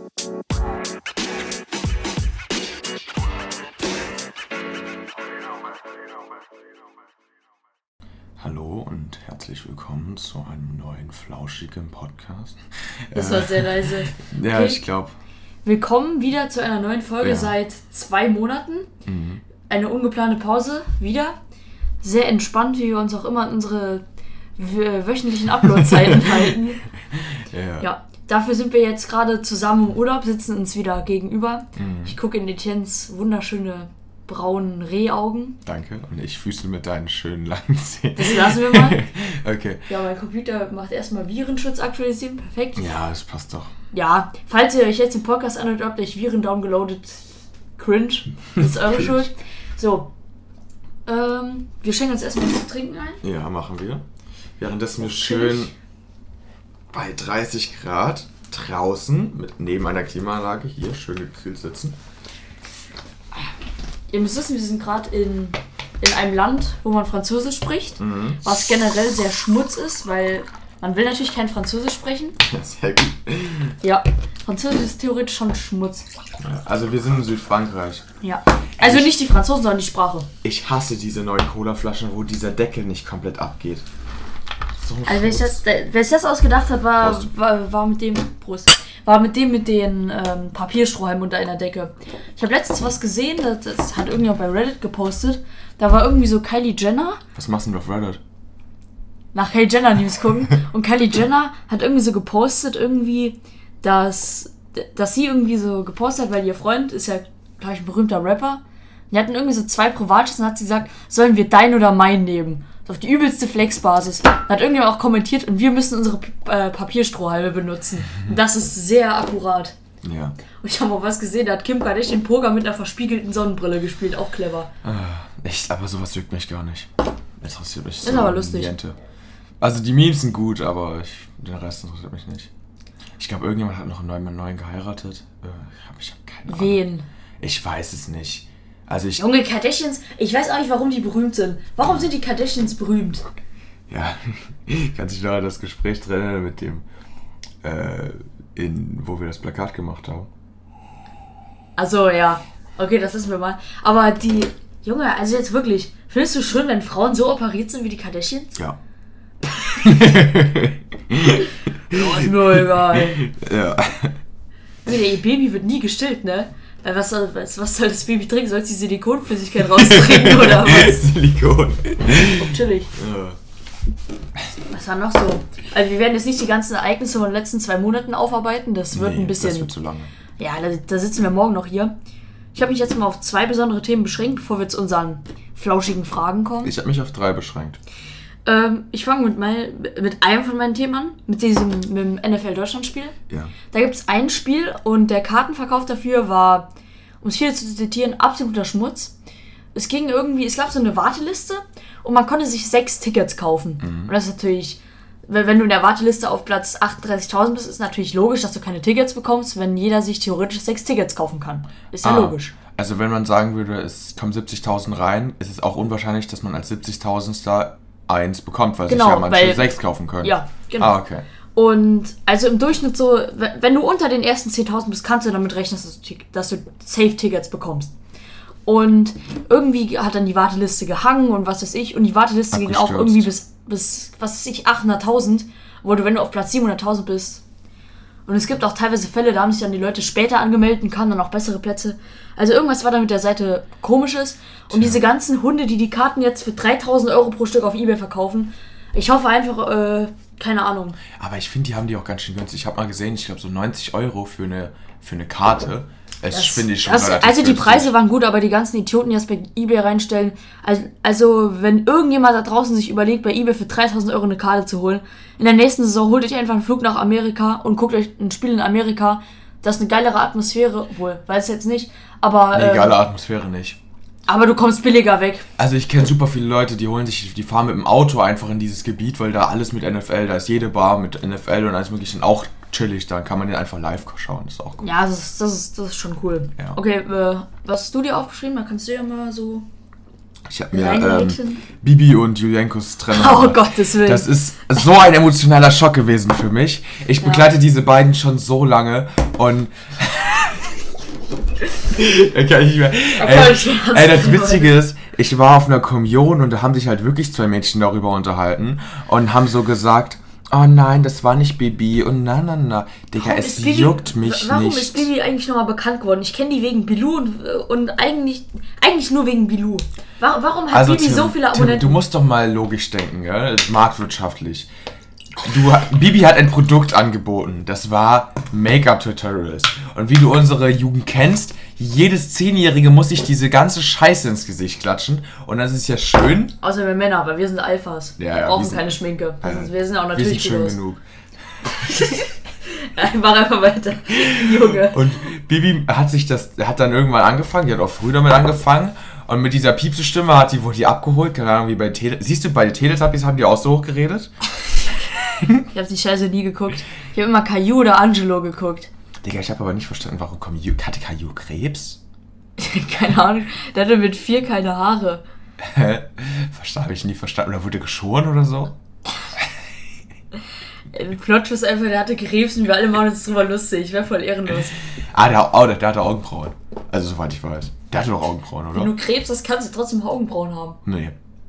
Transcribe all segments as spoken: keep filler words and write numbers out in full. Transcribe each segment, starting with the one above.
Hallo und herzlich willkommen zu einem neuen flauschigen Podcast. Das war sehr leise. Ja, Okay. ich glaube. Willkommen wieder zu einer neuen Folge Ja. seit zwei Monaten. Mhm. Eine ungeplante Pause wieder. Sehr entspannt, wie wir uns auch immer an unsere w- wöchentlichen Upload-Zeiten halten. Ja. Ja, dafür sind wir jetzt gerade zusammen im Urlaub, sitzen uns wieder gegenüber. Mhm. Ich gucke in Etiennes wunderschöne braunen Rehaugen. Danke. Und ich füße mit deinen schönen langen Zähnen. Das lassen wir mal. Okay. Ja, mein Computer macht erstmal Virenschutz aktualisieren. Perfekt. Ja, das passt doch. Ja, falls ihr euch jetzt den Podcast anhört, habt ihr Viren downgeloadet. Cringe. Das ist eure Schuld. So. Ähm, wir schenken uns erstmal was zu trinken ein. Ja, machen wir. Währenddessen wir Auf schön chillig. bei dreißig Grad draußen mit neben einer Klimaanlage hier schön gekühlt sitzen. Ihr müsst wissen, wir sind gerade in, in einem Land, wo man Französisch spricht. Mhm. Was generell sehr Schmutz ist, weil man will natürlich kein Französisch sprechen. Ja, sehr gut. Ja, Französisch ist theoretisch schon Schmutz. Ja, also wir sind in Südfrankreich. Ja. Also nicht die Franzosen, sondern die Sprache. Ich hasse diese neuen Colaflaschen, wo dieser Deckel nicht komplett abgeht. So Also wer sich Schmutz. das, wer sich das ausgedacht hat, war, Prost. war, war mit dem Prost, war mit dem mit den ähm, Papierstrohhalmen unter einer Decke. Ich habe letztens was gesehen, das, das hat irgendjemand bei Reddit gepostet. Da war irgendwie so Kylie Jenner, Was machst du denn auf Reddit? nach Kylie Jenner News gucken, und Kylie Jenner hat irgendwie so gepostet, irgendwie, dass, dass sie irgendwie so gepostet hat, weil ihr Freund ist ja, glaube ich, ein berühmter Rapper. Die hatten irgendwie so zwei Privatchats und hat sie gesagt, sollen wir dein oder mein nehmen? So auf die übelste Flexbasis. Da hat irgendjemand auch kommentiert, und wir müssen unsere äh, Papierstrohhalme benutzen. Und das ist sehr akkurat. Ja. Und ich habe auch was gesehen, da hat Kim Kardashian Poker mit einer verspiegelten Sonnenbrille gespielt. Auch clever. Ah, echt, aber sowas juckt mich gar nicht. Interessiert mich Ist aber lustig. Niente. Also die Memes sind gut, aber ich, den Rest interessiert mich nicht. Ich glaube, irgendjemand hat noch einen neuen, einen neuen geheiratet. Äh, ich habe ich hab keine Ahnung. Wen? Ich weiß es nicht. Also ich... Junge, Kardashians, ich weiß auch nicht, warum die berühmt sind. Warum sind die Kardashians berühmt? Ja, kannst dich noch an das Gespräch drin erinnern mit dem... Äh, in, wo wir das Plakat gemacht haben. Also ja, okay, das wissen wir mal. Aber die, Junge, also jetzt wirklich, findest du schön, wenn Frauen so operiert sind wie die Kardashians? Ja. Oh, ist mir egal. Ja. Junge, ihr Baby wird nie gestillt, ne? Weil was soll, was, was soll das Baby trinken? Soll es die Silikonflüssigkeit raustrinken oder was? Silikon. Oh, chillig. Ja. Was war noch so? Also wir werden jetzt nicht die ganzen Ereignisse von den letzten zwei Monaten aufarbeiten. Das wird Nee, ein bisschen... Das wird zu lange. Ja, da, da sitzen wir morgen noch hier. Ich habe mich jetzt mal auf zwei besondere Themen beschränkt, bevor wir zu unseren flauschigen Fragen kommen. Ich habe mich auf drei beschränkt. Ähm, ich fange mit, mein, mit einem von meinen Themen an, mit diesem mit dem N F L Deutschland-Spiel. Ja. Da gibt es ein Spiel und der Kartenverkauf dafür war, um es viel zu zitieren, absoluter Schmutz. Es ging irgendwie, es gab so eine Warteliste und man konnte sich sechs Tickets kaufen. Mhm. Und das ist natürlich, wenn wenn du in der Warteliste auf Platz achtunddreißigtausend bist, ist natürlich logisch, dass du keine Tickets bekommst, wenn jeder sich theoretisch sechs Tickets kaufen kann. Ist ja Ah, logisch. Also wenn man sagen würde, es kommen siebzigtausend rein, ist es auch unwahrscheinlich, dass man als siebzigtausendster eins bekommt, weil Genau, sich ja manche weil- sechs kaufen können. Ja, genau. Ah, okay. Und also im Durchschnitt so, wenn wenn du unter den ersten zehntausend bist, kannst du damit rechnen, dass du, dass du Safe-Tickets bekommst. Und irgendwie hat dann die Warteliste gehangen und was weiß ich. Und die Warteliste ging auch Abgestürzt. irgendwie bis, bis was weiß ich, achthunderttausend. Wo du, wenn du auf Platz siebenhunderttausend bist. Und es gibt auch teilweise Fälle, da haben sich dann die Leute später angemeldet und kamen dann auch bessere Plätze. Also irgendwas war da mit der Seite komisches. Und diese ganzen Hunde, die die Karten jetzt für dreitausend Euro pro Stück auf eBay verkaufen. Ich hoffe einfach, äh, keine Ahnung. Aber ich finde, die haben die auch ganz schön günstig. Ich habe mal gesehen, ich glaube so neunzig Euro für eine, für eine Karte. Das, Das- finde ich schon das, relativ Also die günstig. Preise waren gut, aber die ganzen Idioten, die das bei eBay reinstellen. Also, also wenn irgendjemand da draußen sich überlegt, bei eBay für dreitausend Euro eine Karte zu holen, in der nächsten Saison holt euch einfach einen Flug nach Amerika und guckt euch ein Spiel in Amerika. Das ist eine geilere Atmosphäre, obwohl, weiß jetzt nicht, aber, Nee, äh, geile Atmosphäre nicht. aber du kommst billiger weg. Also ich kenne super viele Leute, die holen sich, die fahren mit dem Auto einfach in dieses Gebiet, weil da alles mit N F L, da ist jede Bar mit N F L und alles mögliche und auch chillig, dann kann man den einfach live schauen, das ist auch cool. Ja, das ist, das ist, das ist schon cool. Ja. Okay, äh, was hast du dir aufgeschrieben? Da kannst du ja mal so... Ich habe mir Reine ähm, Action. Bibi und Julenkos Trennung Oh gemacht. Gottes Willen. Das ist so ein emotionaler Schock gewesen für mich. Ich Ja. begleite diese beiden schon so lange und da kann ich nicht mehr. Da Ey, kann ich nicht ey, das mehr. Witzige ist, ich war auf einer Kommunion und da haben sich halt wirklich zwei Mädchen darüber unterhalten und haben so gesagt, oh nein, das war nicht Bibi und na na na. Digga, Warum es ist Bibi- juckt mich Warum nicht. ist Bibi eigentlich nochmal bekannt geworden? Ich kenne die wegen Bilou und, und eigentlich, eigentlich nur wegen Bilou. Warum, warum hat Also Bibi Tim, so viele Tim, Abonnenten? du musst doch mal logisch denken, gell? Marktwirtschaftlich. Du, Bibi hat ein Produkt angeboten, das war Make-up-Tutorials. Und wie du unsere Jugend kennst, jedes Zehnjährige muss sich diese ganze Scheiße ins Gesicht klatschen. Und das ist ja schön. Außer wir Männer, weil wir sind Alphas. Ja, ja, wir wir brauchen sind- keine Schminke. äh, wir sind auch Wir natürlich sind schön gut aus. genug. Ja, mach einfach weiter. Junge. Und Bibi hat sich das, hat dann irgendwann angefangen, die hat auch früh damit angefangen. Und mit dieser Piepse-Stimme hat die, wurde die abgeholt, keine Ahnung, wie bei Tele... Siehst du, bei den Teletubbies haben die auch so hochgeredet? Ich habe die Scheiße nie geguckt. Ich habe immer Caillou oder Angelo geguckt. Digga, ich habe aber nicht verstanden, warum Caillou, hatte Caillou Krebs? Keine Ahnung. Der hatte mit vier keine Haare. Hä? Habe ich nie verstanden. Oder wurde geschoren oder so? Der Plot ist einfach, der hatte Krebs und wir alle machen uns drüber lustig. Ich wäre voll ehrenlos. Ah, der, oh, der, der hatte Augenbrauen. Also, soweit ich weiß. Der hatte doch Augenbrauen, Wenn oder? du Krebs hast, kannst du trotzdem Augenbrauen haben. Nee.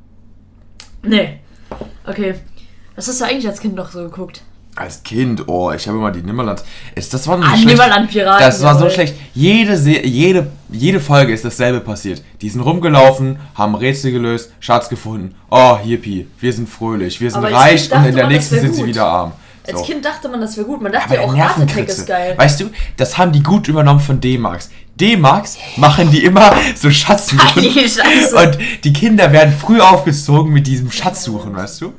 Nee. Okay. Was hast du eigentlich als Kind noch so geguckt? Als Kind, oh, ich habe immer die Nimmerlands. Ist, das war so Ah, schlecht. Nimmerland-Piraten. Das war so jawohl. schlecht. Jede, Se jede, jede Folge ist dasselbe passiert. Die sind rumgelaufen, haben Rätsel gelöst, Schatz gefunden. Oh, Yippie, wir sind fröhlich, wir sind Aber als reich Kind und dachte in der man, das nächsten wär sind sie gut. wieder arm. Als So. Kind dachte man, das wäre gut. Man dachte Aber ja auch, der Art Attack Nervenkritzel. ist geil. Weißt du, das haben die gut übernommen von D-Max. D-Max machen die immer so Schatzsuchen. Die Scheiße. Und die Kinder werden früh aufgezogen mit diesem Schatzsuchen, weißt du?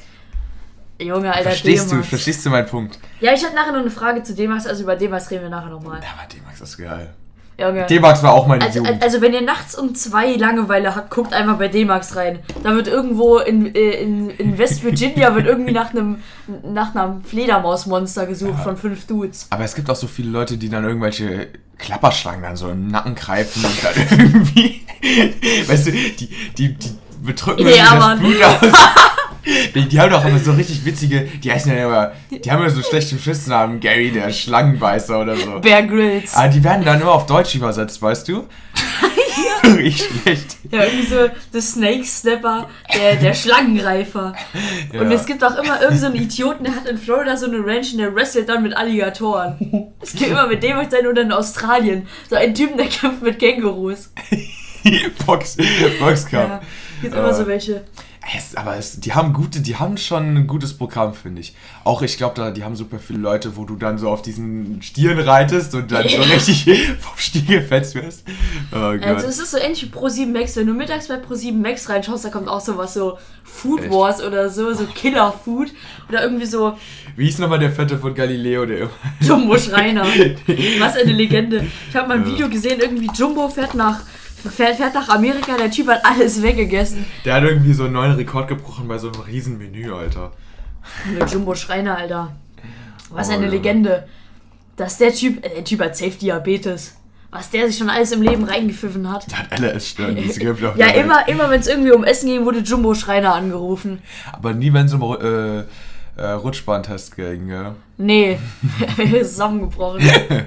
Junge, Alter, Verstehst du, D-Max. verstehst du meinen Punkt? Ja, ich hatte nachher noch eine Frage zu D-Max, also über D-Max reden wir nachher nochmal. Ja, aber D-Max ist geil. Junge. D-Max war auch meine Also, Jugend. also wenn ihr nachts um zwei Langeweile habt, guckt einfach bei D-Max rein. Da wird irgendwo in, äh, in, in West Virginia wird irgendwie nach einem nach einem Fledermausmonster gesucht Ja. von fünf Dudes. Aber es gibt auch so viele Leute, die dann irgendwelche Klapperschlangen dann so im Nacken greifen und dann irgendwie, weißt du, die, die, die bedrücken Ja, irgendwie das Mann. Blut aus. Die, die haben doch aber so richtig witzige, die heißen ja immer, die haben ja so schlechte Spitznamen, Gary der Schlangenbeißer oder so. Bear Grylls. Aber die werden dann immer auf Deutsch übersetzt, weißt du? Richtig schlecht. Ja, irgendwie so The Snake Snapper, der, der Schlangenreifer. Ja. Und es gibt auch immer irgendeinen so einen Idioten, der hat in Florida so eine Ranch und der wrestelt dann mit Alligatoren. Es gibt immer mit D-Max sein oder in Australien. So ein Typen, der kämpft mit Kängurus. Box, Boxkampf. Ja, gibt immer Äh. so welche. Es, aber es, die haben gute, die haben schon ein gutes Programm, finde ich. Auch ich glaube, da die haben super viele Leute, wo du dann so auf diesen Stieren reitest und dann so richtig vom Stier gefetzt wirst. Oh Gott. Also es ist so ähnlich wie Pro sieben Max. Wenn du mittags bei Pro sieben Max reinschaust, da kommt auch sowas so Food Echt? Wars oder so, so Killer Food. Oder irgendwie so Wie hieß nochmal der Fette von Galileo, der immer... Jumbo Schreiner. Was eine Legende. Ich habe mal ein Video gesehen, irgendwie Jumbo fährt nach, fährt, fährt nach Amerika, der Typ hat alles weggegessen. Der hat irgendwie so einen neuen Rekord gebrochen bei so einem riesen Menü, Alter. Mit Jumbo Schreiner, Alter. Was Oh, eine ja. Legende. Dass der Typ, äh, der Typ hat Safe Diabetes. Was der sich schon alles im Leben reingepfiffen hat. Der hat L S Störungen, die es gibt auf Ja, der Welt. immer, immer wenn es irgendwie um Essen ging, wurde Jumbo Schreiner angerufen. Aber nie, wenn es um äh, äh, Rutschbahntests ging, ja. Nee, zusammengebrochen.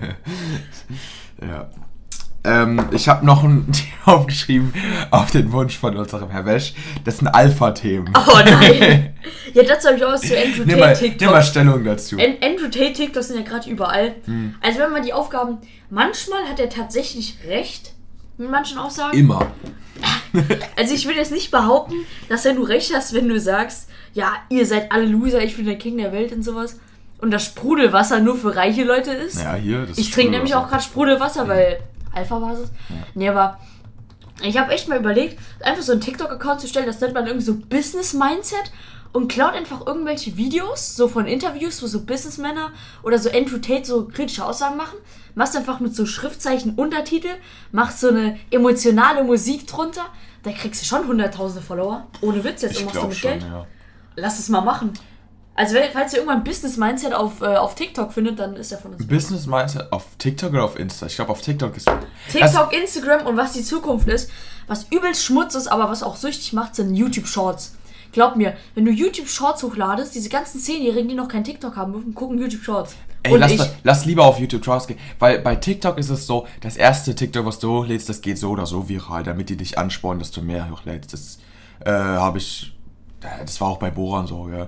Ja. Ähm, ich habe noch ein Thema aufgeschrieben auf den Wunsch von unserem Herr Wesch. Das sind Alpha-Themen. Oh nein. Ja, dazu habe ich auch was zu Andrew Nimm mal, Tate nimm mal TikTok. Stellung dazu. An- Andrew Tate TikToks sind ja gerade überall. Hm. Also wenn man die Aufgaben, manchmal hat er tatsächlich recht mit manchen Aussagen. Immer. Also ich will jetzt nicht behaupten, dass wenn du recht hast, wenn du sagst, ja, ihr seid alle Loser, ich bin der King der Welt und sowas. Und das Sprudelwasser nur für reiche Leute ist. Ja, hier, das Ich ist trinke nämlich Sprudelwasser. auch gerade Sprudelwasser, weil Alpha-Basis. Nee, aber ich habe echt mal überlegt, einfach so einen TikTok-Account zu stellen, das nennt man irgendwie so Business-Mindset und klaut einfach irgendwelche Videos, so von Interviews, wo so Businessmänner oder so Andrew Tate so kritische Aussagen machen, machst einfach mit so Schriftzeichen Untertitel, machst so eine emotionale Musik drunter, da kriegst du schon hunderttausende Follower. Ohne Witz, jetzt Ich machst du glaube mit schon, Geld. ja. Lass es mal machen. Also wenn- falls ihr irgendwann Business Mindset auf, äh, auf TikTok findet, dann ist er von uns. Business Mindset auf TikTok oder auf Insta? Ich glaube auf TikTok ist... TikTok, Instagram und was die Zukunft ist. was übelst Schmutz ist, aber was auch süchtig macht, sind YouTube-Shorts. Glaub mir, wenn du YouTube-Shorts hochladest, diese ganzen Zehnjährigen, die noch kein TikTok haben dürfen, gucken YouTube-Shorts. Ey, lass, ich, lass lieber auf YouTube Shorts gehen, weil bei TikTok ist es so, das erste TikTok, was du hochlädst, das geht so oder so viral, damit die dich anspornen, dass du mehr hochlädst. Das äh, habe ich, das war auch bei Boran so, ja.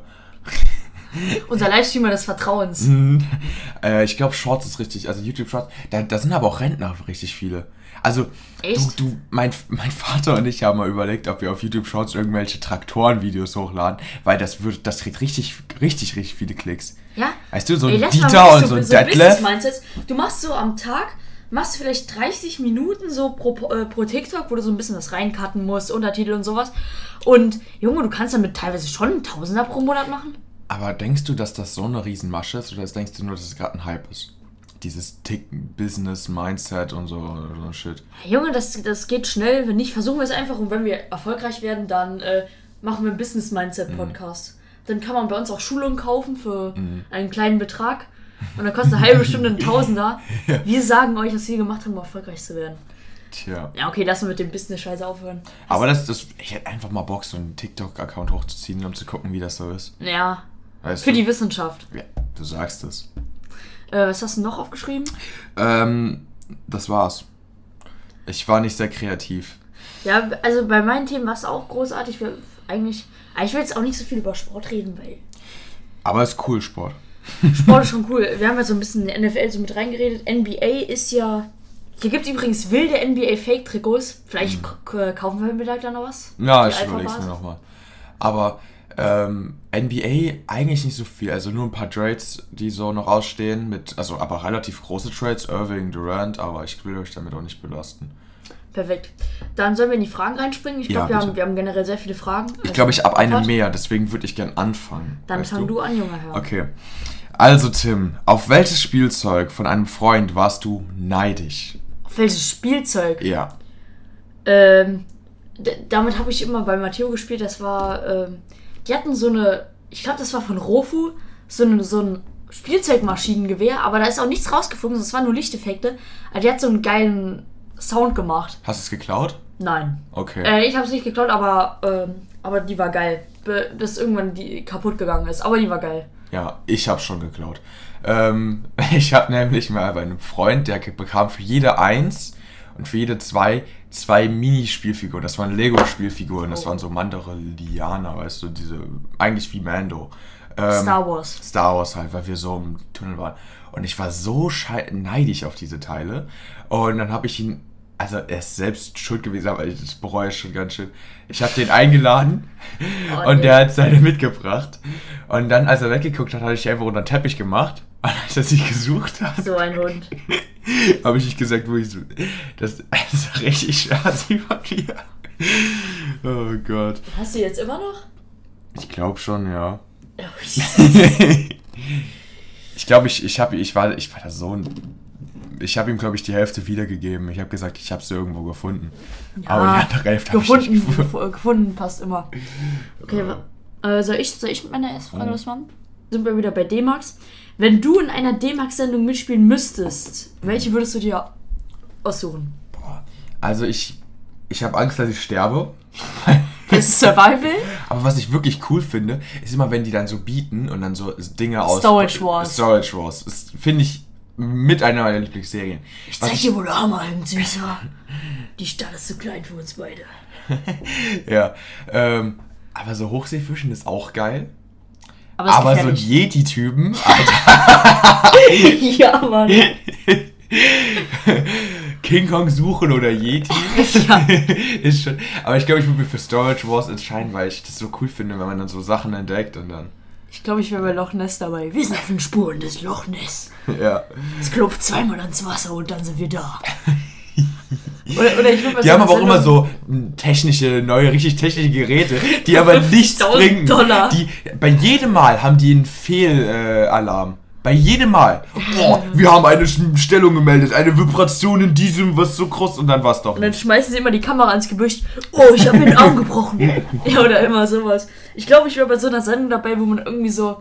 Unser Livestreamer des Vertrauens. äh, ich glaube, Shorts ist richtig, also YouTube Shorts, da, da sind aber auch Rentner richtig viele. Also, Echt? du, du mein, mein Vater und ich haben mal überlegt, ob wir auf YouTube Shorts irgendwelche Traktoren-Videos hochladen, weil das wird, das kriegt richtig, richtig, richtig viele Klicks. Ja? Weißt du, so ein Ey, Dieter und so, so ein so Detlef. Du machst so am Tag, machst du vielleicht dreißig Minuten so pro, äh, pro TikTok, wo du so ein bisschen was reincutten musst, Untertitel und sowas. Und, Junge, du kannst damit teilweise schon einen Tausender pro Monat machen. Aber denkst du, dass das so eine Riesenmasche ist, oder denkst du nur, dass es gerade ein Hype ist? Dieses Tick-Business-Mindset und so, so Shit. Junge, das, das geht schnell. Wenn nicht, versuchen wir es einfach. Und wenn wir erfolgreich werden, dann äh, machen wir einen Business-Mindset-Podcast. Mhm. Dann kann man bei uns auch Schulungen kaufen für mhm. einen kleinen Betrag. Und dann kostet eine halbe Stunde ein Tausender. Ja. Wir sagen euch, was wir gemacht haben, um erfolgreich zu werden. Tja. Ja, okay, lass mal mit dem Business-Scheiße aufhören. Aber das, das, ich hätte einfach mal Bock, so einen TikTok-Account hochzuziehen, um zu gucken, wie das so ist. Ja, weißt für du? die Wissenschaft. Ja, du sagst es. Äh, was hast du noch aufgeschrieben? Ähm, das war's. Ich war nicht sehr kreativ. Ja, also bei meinen Themen war es auch großartig. Wir eigentlich, ich will jetzt auch nicht so viel über Sport reden, weil... Aber es ist cool, Sport. Sport ist schon cool. Wir haben ja so ein bisschen N F L so mit reingeredet. N B A ist ja... Hier gibt es übrigens wilde N B A-Fake-Trikots. Vielleicht mhm. k- kaufen wir mir da noch was. Ja, ich überleg's mir nochmal. Aber ähm, N B A eigentlich nicht so viel. Also nur ein paar Trades, die so noch ausstehen. Mit, also aber relativ große Trades. Irving, Durant. Aber ich will euch damit auch nicht belasten. Perfekt. Dann sollen wir in die Fragen reinspringen. Ich glaube, ja, wir, haben, wir haben generell sehr viele Fragen. Ich glaube, ich habe eine mehr. Deswegen würde ich gern anfangen. Dann fang du? du an, junger Herr. Okay. Also Tim, auf welches Spielzeug von einem Freund warst du neidisch? Auf welches Spielzeug? Ja. Ähm, d- damit habe ich immer bei Matteo gespielt. Das war, ähm, die hatten so eine, ich glaube, das war von Rofu, so, eine, so ein Spielzeugmaschinengewehr, aber da ist auch nichts rausgeflogen, das waren nur Lichteffekte. Aber die hat so einen geilen Sound gemacht. Hast du es geklaut? Nein. Okay. Äh, ich habe es nicht geklaut, aber, ähm, aber die war geil. Be- bis irgendwann die kaputt gegangen ist, aber die war geil. Ja, ich habe schon geklaut. Ähm, ich habe nämlich mal bei einem Freund, der bekam für jede eins und für jede zwei zwei Minispielfiguren. Das waren Lego-Spielfiguren. Das waren so Mandalorianer, weißt du, diese, eigentlich wie Mando. Ähm, Star Wars. Star Wars halt, weil wir so im Tunnel waren. Und ich war so schei- neidisch auf diese Teile. Und dann habe ich ihn, also er ist selbst schuld gewesen, aber ich das bereue schon ganz schön. Ich habe den eingeladen oh, und nee. der hat seine mitgebracht. Und dann, als er weggeguckt hat, hatte ich einfach unter den Teppich gemacht. Und als er sich gesucht hat, so ein Hund, habe ich nicht gesagt, wo ich so. Das, das ist richtig schade von mir. Oh Gott. Hast du jetzt immer noch? Ich glaube schon, ja. Oh, ich glaube, ich, ich, ich, war, ich war da so ein. Ich habe ihm, glaube ich, die Hälfte wiedergegeben. Ich habe gesagt, ich habe sie irgendwo gefunden. Ja, aber die andere Hälfte habe ich nicht gefunden. Gefunden, gefunden passt immer. Okay, äh, soll, ich, soll ich mit meiner ersten Frage was machen? Sind wir wieder bei D-Max. Wenn du in einer D-Max-Sendung mitspielen müsstest, welche würdest du dir aussuchen? Boah, also ich, ich habe Angst, dass ich sterbe. Das ist Survival? Aber was ich wirklich cool finde, ist immer, wenn die dann so bieten und dann so Dinge aus... Storage Wars. Storage Wars. Das finde ich mit einer meiner Lieblingsserien. Ich zeig dir, wo der Hammer hängt, Süßer. Die Stadt ist zu klein für uns beide. Ja, ähm, aber so Hochseefischen ist auch geil. Aber, aber so Yeti-Typen, Alter. Ja, Mann. King Kong suchen oder Yeti. Ja. Ist schon. Aber ich glaube, ich würde mich für Storage Wars entscheiden, weil ich das so cool finde, wenn man dann so Sachen entdeckt und dann. Ich glaube, ich wäre bei Loch Ness dabei. Wir sind auf den Spuren des Loch Ness. Ja. Es klopft zweimal ans Wasser und dann sind wir da. Oder, oder ich die so haben aber auch immer so technische, neue, richtig technische Geräte, die aber nichts bringen. Dollar. Die, bei jedem Mal haben die einen Fehlalarm. Äh, bei jedem Mal. Oh, wir haben eine Stellung gemeldet, eine Vibration in diesem, was so groß, und dann war's doch. Und dann schmeißen sie immer die Kamera ans Gebüsch. Oh, ich habe mir den Arm gebrochen. Ja, oder immer sowas. Ich glaube, ich wäre bei so einer Sendung dabei, wo man irgendwie so,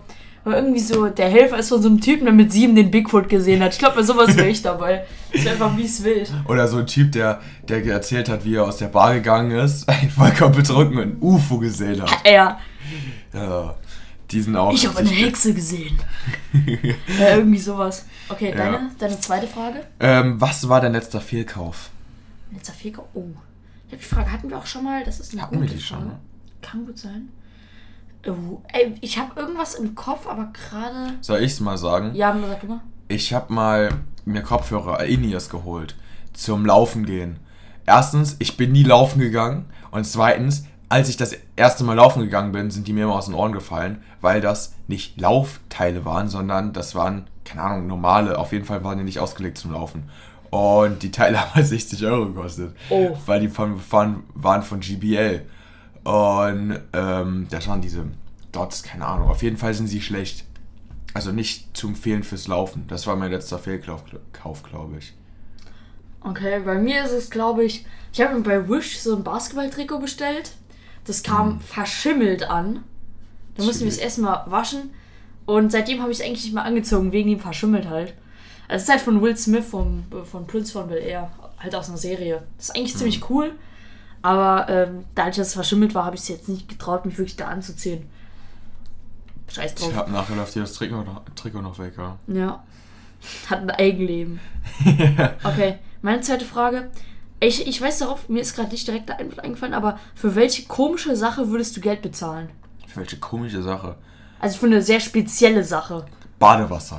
Aber irgendwie so, der Helfer ist von so einem Typen, der mit sieben den Bigfoot gesehen hat. Ich glaube, bei sowas wäre ich dabei. Das wäre einfach mies wild. Oder so ein Typ, der, der erzählt hat, wie er aus der Bar gegangen ist, vollkommen betrunken und ein U F O gesehen hat. Ja. Ja, die sind auch... Ich habe eine Hexe gesehen. Ja, irgendwie sowas. Okay, deine, ja. deine zweite Frage? Ähm, was war dein letzter Fehlkauf? Letzter Fehlkauf? Oh. Ich habe die Frage, hatten wir auch schon mal? Das ist eine hatten gute wir die Frage. Schon, ne? Kann gut sein. Oh, ey, ich habe irgendwas im Kopf, aber gerade... Soll ich es mal sagen? Ja, sag du mal. Ich habe mal mir Kopfhörer In-Ears geholt zum Laufen gehen. Erstens, ich bin nie laufen gegangen. Und zweitens, als ich das erste Mal laufen gegangen bin, sind die mir immer aus den Ohren gefallen, weil das nicht Laufteile waren, sondern das waren, keine Ahnung, normale. Auf jeden Fall waren die nicht ausgelegt zum Laufen. Und die Teile haben halt sechzig Euro gekostet. Oh. Weil die von, von, waren von G B L. Und ähm, das waren diese Dots, keine Ahnung. Auf jeden Fall sind sie schlecht. Also nicht zu empfehlen fürs Laufen. Das war mein letzter Fehlkauf, glaube ich. Okay, bei mir ist es, glaube ich, ich habe mir bei Wish so ein Basketball-Trikot bestellt. Das kam hm. verschimmelt an. Da mussten wir es erstmal waschen. Und seitdem habe ich es eigentlich nicht mehr angezogen, wegen dem verschimmelt halt. Also es ist halt von Will Smith, vom, von Prince von Bel-Air. Halt aus einer Serie. Das ist eigentlich hm. ziemlich cool. Aber ähm, da ich das verschimmelt war, habe ich es jetzt nicht getraut, mich wirklich da anzuziehen. Scheiß drauf. Ich hab nachher läuft dir das Trikot noch, Trikot noch weg, ja. Ja. Hat ein Eigenleben. Okay, meine zweite Frage. Ich, ich weiß darauf, mir ist gerade nicht direkt der Antwort eingefallen, aber für welche komische Sache würdest du Geld bezahlen? Für welche komische Sache? Also für eine sehr spezielle Sache. Badewasser.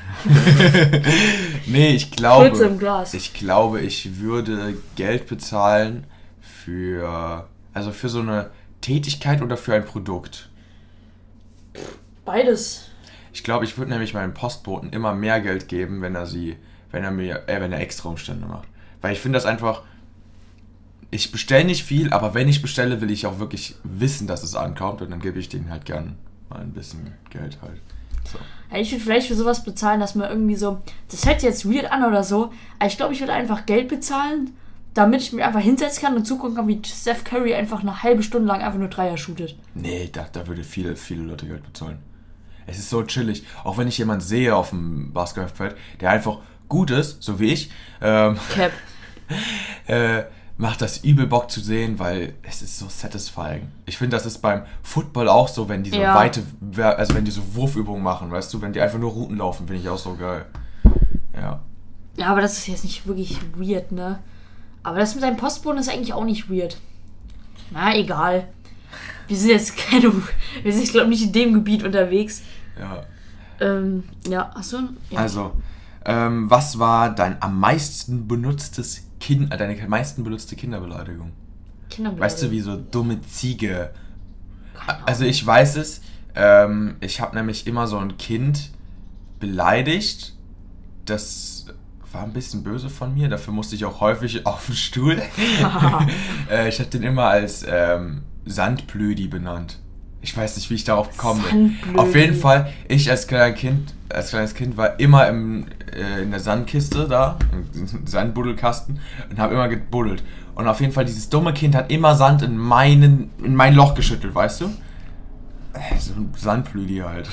Nee, ich glaube. Kurz im Glas. Ich glaube, ich würde Geld bezahlen für. Also für so eine Tätigkeit oder für ein Produkt? Beides. Ich glaube, ich würde nämlich meinem Postboten immer mehr Geld geben, wenn er sie, wenn er mir, äh, wenn er extra Umstände macht. Weil ich finde das einfach, ich bestelle nicht viel, aber wenn ich bestelle, will ich auch wirklich wissen, dass es ankommt und dann gebe ich denen halt gern mal ein bisschen Geld halt. So. Ja, ich würde vielleicht für sowas bezahlen, dass man irgendwie so, das hört sich jetzt weird an oder so, aber ich glaube, ich würde einfach Geld bezahlen, damit ich mich einfach hinsetzen kann und zugucken kann, wie Steph Curry einfach eine halbe Stunde lang einfach nur Dreier shootet. Nee, da, da würde viele, viele Leute Geld bezahlen. Es ist so chillig. Auch wenn ich jemanden sehe auf dem Basketballfeld, der einfach gut ist, so wie ich, ähm, Cap. äh, macht das übel Bock zu sehen, weil es ist so satisfying. Ich finde, das ist beim Football auch so, wenn die so ja. weite, also wenn die so Wurfübungen machen, weißt du, wenn die einfach nur Routen laufen, finde ich auch so geil. Ja. Ja, aber das ist jetzt nicht wirklich weird, ne? Aber das mit deinem Postboten ist eigentlich auch nicht weird. Na, egal. Wir sind jetzt keine, wir sind, glaube ich, nicht in dem Gebiet unterwegs. Ja. Ähm, ja, achso. Ja. Also, ähm, was war dein am meisten benutztes Kind, äh, deine am meisten benutzte Kinderbeleidigung? Kinderbeleidigung? Weißt du, wie so dumme Ziege? Also ich weiß es, ähm, ich habe nämlich immer so ein Kind beleidigt, das war ein bisschen böse von mir, dafür musste ich auch häufig auf den Stuhl. äh, ich habe den immer als ähm, Sandblödi benannt. Ich weiß nicht, wie ich darauf gekommen bin. Auf jeden Fall, ich als kleines Kind, als kleines Kind war immer im, äh, in der Sandkiste da, im Sandbuddelkasten und habe immer gebuddelt. Und auf jeden Fall, dieses dumme Kind hat immer Sand in, meinen, in mein Loch geschüttelt, weißt du? Äh, so ein Sandblödi halt.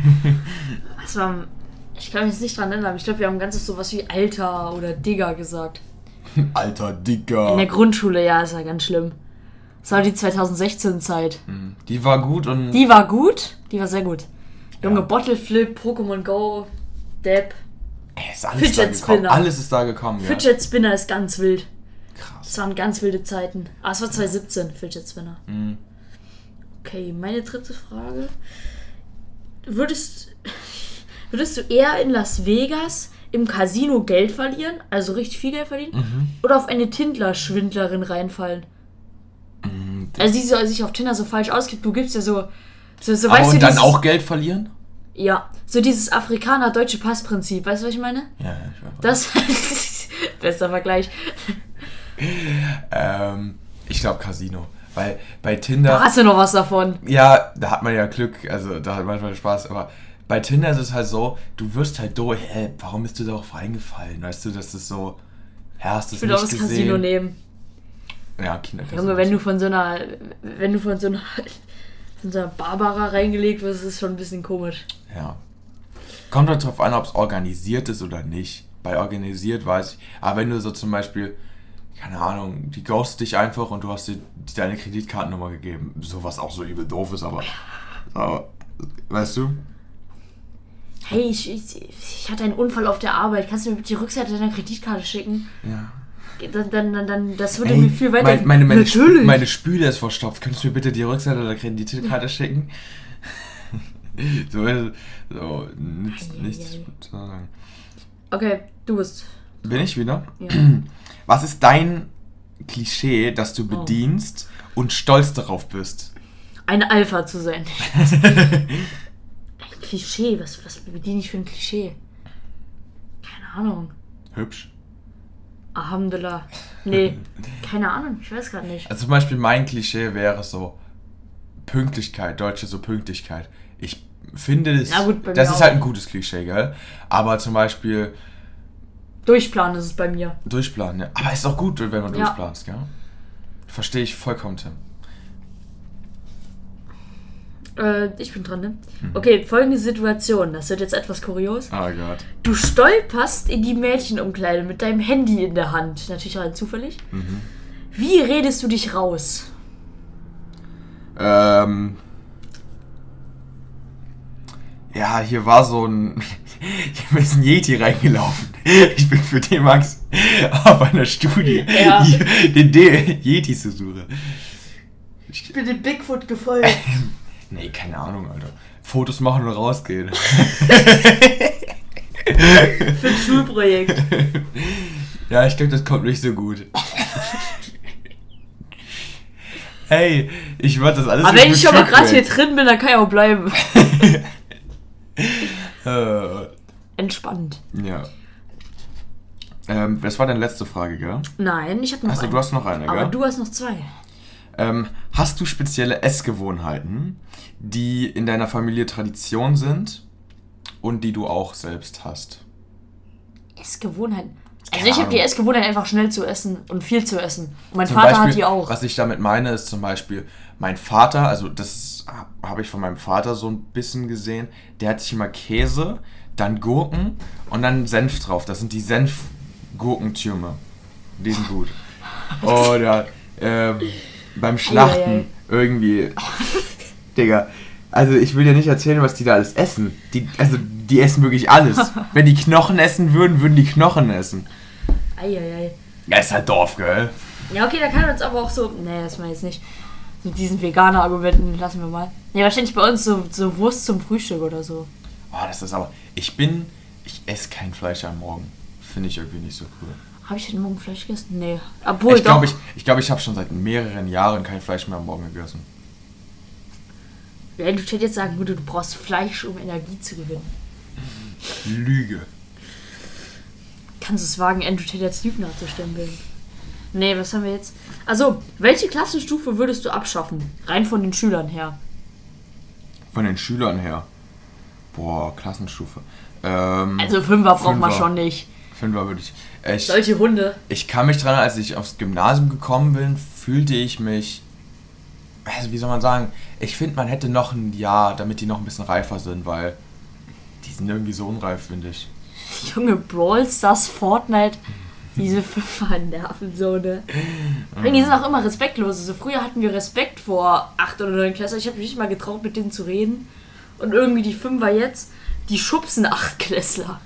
Das war, ich kann mich jetzt nicht dran erinnern, aber ich glaube, wir haben ganzes sowas wie Alter oder Digger gesagt. Alter, Digger. In der Grundschule, ja, ist ja ganz schlimm. Das war die zwanzig sechzehn Zeit. Die war gut und... Die war gut? Die war sehr gut. Junge, ja. Bottleflip, Pokémon Go, Dab, ist alles Fidget Spinner. Alles ist da gekommen, ja. Fidget Spinner ist ganz wild. Krass. Das waren ganz wilde Zeiten. Ah, es war zwanzig siebzehn, Fidget Spinner. Mhm. Okay, meine dritte Frage. Würdest, würdest du eher in Las Vegas im Casino Geld verlieren, also richtig viel Geld verdienen, mhm. oder auf eine Tinder-Schwindlerin reinfallen? Also die so sich auf Tinder so falsch ausgibt, du gibst ja so... so, so Aber weißt und du, dann dieses, auch Geld verlieren? Ja, so dieses Afrikaner-Deutsche-Pass-Prinzip, weißt du, was ich meine? Ja, ja, ich weiß. Das bester Vergleich. ähm, ich glaube Casino, weil bei Tinder... Da hast du noch was davon. Ja, da hat man ja Glück, also da hat man manchmal Spaß, aber bei Tinder ist es halt so, du wirst halt durch, hä, warum bist du darauf reingefallen, weißt du, das ist so, hä, hast du es nicht gesehen? Ich will auch das Casino nehmen. Ja, Kindercasino. Junge, wenn du von so einer, wenn du von so einer unser Barbara reingelegt wird, ist schon ein bisschen komisch. Ja. Kommt halt drauf an, ob es organisiert ist oder nicht. Bei organisiert weiß ich. Aber wenn du so zum Beispiel, keine Ahnung, die ghostet dich einfach und du hast dir deine Kreditkartennummer gegeben. Sowas auch so übel doof ist, aber. aber weißt du? Hey, ich, ich, ich hatte einen Unfall auf der Arbeit. Kannst du mir bitte die Rückseite deiner Kreditkarte schicken? Ja. Dann, dann, dann, dann das würde Ey, mir viel weiter... Meine, meine, meine, Natürlich. Sp- meine Spüle ist verstopft. Könntest du mir bitte die Rückseite der Kreditkarte schicken? so, so nichts, Ei, ei, nichts ei. zu sagen. Okay, du bist... Bin ich wieder? Ja. Was ist dein Klischee, das du Oh. bedienst und stolz darauf bist? Eine Alpha zu sein. Ein Klischee, was, was bediene ich für ein Klischee? Keine Ahnung. Hübsch. Alhamdulillah. Nee, keine Ahnung, ich weiß gerade nicht. Also zum Beispiel mein Klischee wäre so Pünktlichkeit, deutsche so Pünktlichkeit. Ich finde, das, Na gut, bei das mir ist auch. halt ein gutes Klischee, gell? Aber zum Beispiel Durchplanen ist es bei mir. durchplanen, ja. Aber ist auch gut, wenn man Ja. durchplanst, gell? Verstehe ich vollkommen, Tim. Äh, ich bin dran, ne? Mhm. Okay, folgende Situation. Das wird jetzt etwas kurios. Oh Gott. Du stolperst in die Mädchenumkleide mit deinem Handy in der Hand. Natürlich rein zufällig. Mhm. Wie redest du dich raus? Ähm. Ja, hier war so ein. Hier ist ein Yeti reingelaufen. Ich bin für den Max auf einer Studie, Ja. hier den D- Yeti zu suchen. Ich bin dem Bigfoot gefolgt. Nee, keine Ahnung, Alter. Fotos machen und rausgehen. Für ein Schulprojekt. Ja, ich glaube, das kommt nicht so gut. Hey, ich würde das alles Aber nicht wenn ich mit schon mal gerade hier Schulprojekt. drin bin, dann kann ich auch bleiben. Äh, Entspannt. ja. Ähm, das war deine letzte Frage, gell? Nein, ich habe noch Achso, eine. du hast noch eine, Aber gell? du hast noch zwei. Ähm, hast du spezielle Essgewohnheiten, die in deiner Familie Tradition sind und die du auch selbst hast? Essgewohnheiten. Also Keine ich habe die Ahnung. Essgewohnheit, einfach schnell zu essen und viel zu essen. Und mein Zum Vater Beispiel, hat die auch. Was ich damit meine, ist zum Beispiel, mein Vater, also das habe ich von meinem Vater so ein bisschen gesehen, der hat sich immer Käse, dann Gurken und dann Senf drauf. Das sind die Senf-Gurkentürme. Die sind gut. Oder ähm, beim Schlachten Eieiei. irgendwie. Digga. Also ich will dir nicht erzählen, was die da alles essen. Die, also die essen wirklich alles. Wenn die Knochen essen würden, würden die Knochen essen. Eieiei. Ja, ist halt Dorf, gell? Ja, okay, da kann uns aber auch so. Nee, das mal jetzt nicht. Mit diesen Veganer-Argumenten lassen wir mal. Nee, wahrscheinlich bei uns so, so Wurst zum Frühstück oder so. Oh, das ist aber. Ich bin. Ich esse kein Fleisch am Morgen. Finde ich irgendwie nicht so cool. Habe ich heute Morgen Fleisch gegessen? Nee. Obwohl, ich glaube, doch. ich, ich, glaub, ich habe schon seit mehreren Jahren kein Fleisch mehr am Morgen gegessen. Ja, du würdest jetzt sagen, gut, du brauchst Fleisch, um Energie zu gewinnen. Lüge. Kannst du es wagen, Andrew als Lügner zu stempeln? Nee, was haben wir jetzt? Also, welche Klassenstufe würdest du abschaffen? Rein von den Schülern her. Von den Schülern her. Boah, Klassenstufe. Ähm, Also Fünfer braucht man Fünfer. schon nicht. Fünfer würde ich. äh, Ich, Solche Hunde. ich kann mich dran, als ich aufs Gymnasium gekommen bin, fühlte ich mich. Also, wie soll man sagen? Ich finde, man hätte noch ein Jahr, damit die noch ein bisschen reifer sind, weil die sind irgendwie so unreif, finde ich. Junge, Brawl Stars, Fortnite, diese Fünfer nerven so, ne? Und die sind auch immer respektlos. Also früher hatten wir Respekt vor acht oder neun Klässler. Ich habe mich nicht mal getraut, mit denen zu reden. Und irgendwie die Fünfer jetzt, die schubsen acht Klässler.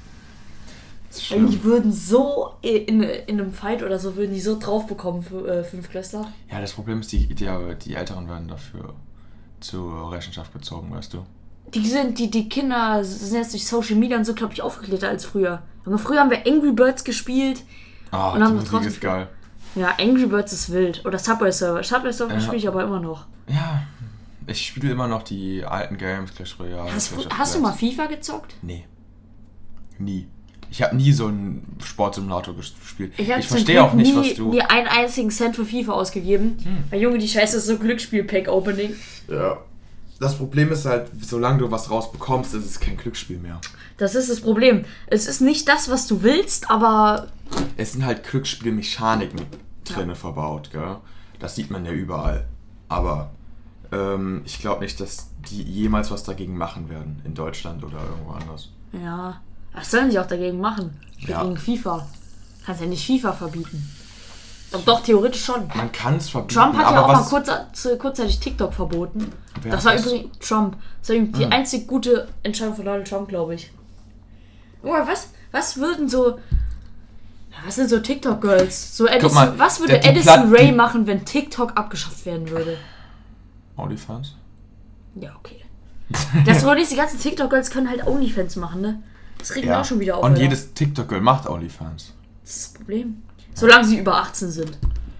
Das ist Und schlimm. die würden so in, in einem Fight oder so, würden die so drauf bekommen für äh, fünf Klässler. Ja, das Problem ist, die, die, die Älteren werden dafür zur Rechenschaft gezogen, weißt du. Die sind, die, die Kinder sind jetzt durch Social Media und so, glaube ich, aufgeklärter als früher. Junge, früher haben wir Angry Birds gespielt. Ah, Und die haben wir Musik draußen ist geil. Ja, Angry Birds ist wild. Oder Subway Surfer. Subway Surfer Ja. spiele ich aber immer noch. Ja, ich spiele immer noch die alten Games, Clash Royale. Hast, Clash du- of hast du mal Clans. FIFA gezockt? Nee. Nie. Ich habe nie so einen Sportsimulator gespielt. Ich Ich, habe verstehe auch nicht, nie, was du... nie einen einzigen Cent für FIFA ausgegeben. Weil Junge, die Scheiße ist so Glücksspiel-Pack-Opening. Ja. Das Problem ist halt, solange du was rausbekommst, ist es kein Glücksspiel mehr. Das ist das Problem. Es ist nicht das, was du willst, aber Es sind halt Glücksspielmechaniken drinne verbaut, gell? Das sieht man ja überall. Aber, ähm, ich glaube nicht, dass die jemals was dagegen machen werden. In Deutschland oder irgendwo anders. Ja, was sollen sie auch dagegen machen? Ja. Gegen FIFA. Kannst ja nicht FIFA verbieten. Doch, doch theoretisch schon. Man kann es verbieten, Trump hat aber ja auch was... mal kurz, kurzzeitig TikTok verboten. Wer das hat war das? übrigens Trump. Das war übrigens die Hm. einzig gute Entscheidung von Donald Trump, glaube ich. Junge, was, was würden so... Was sind so TikTok-Girls? So Edison, mal, was würde der- die Edison Pla- Ray die- machen, wenn TikTok abgeschafft werden würde? OnlyFans? Ja, okay. Das Problem ist, die ganzen TikTok-Girls können halt Onlyfans machen, ne? Das regt mir auch schon wieder auf. Und Alter. jedes TikTok-Girl macht OnlyFans. Das ist das Problem. Solange sie über achtzehn sind.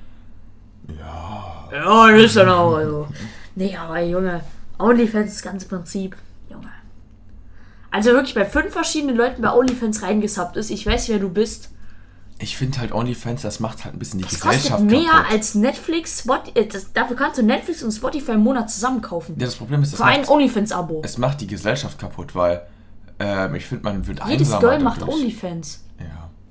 Ja. Ja, das ist dann auch, also. Nee, aber Junge, OnlyFans ist das ganze Prinzip. Junge. Also wirklich bei fünf verschiedenen Leuten bei OnlyFans reingesubbt ist. Ich weiß, wer du bist. Ich finde halt OnlyFans, das macht halt ein bisschen die Das Gesellschaft kostet mehr kaputt. als Netflix, Spot, äh, das, dafür kannst du Netflix und Spotify im Monat zusammen kaufen. Ja, das Problem ist, es Für ein macht, OnlyFans-Abo. es macht die Gesellschaft kaputt, weil ähm, ich finde, man wird Jedes einsamer Girl macht dadurch. OnlyFans. Ja.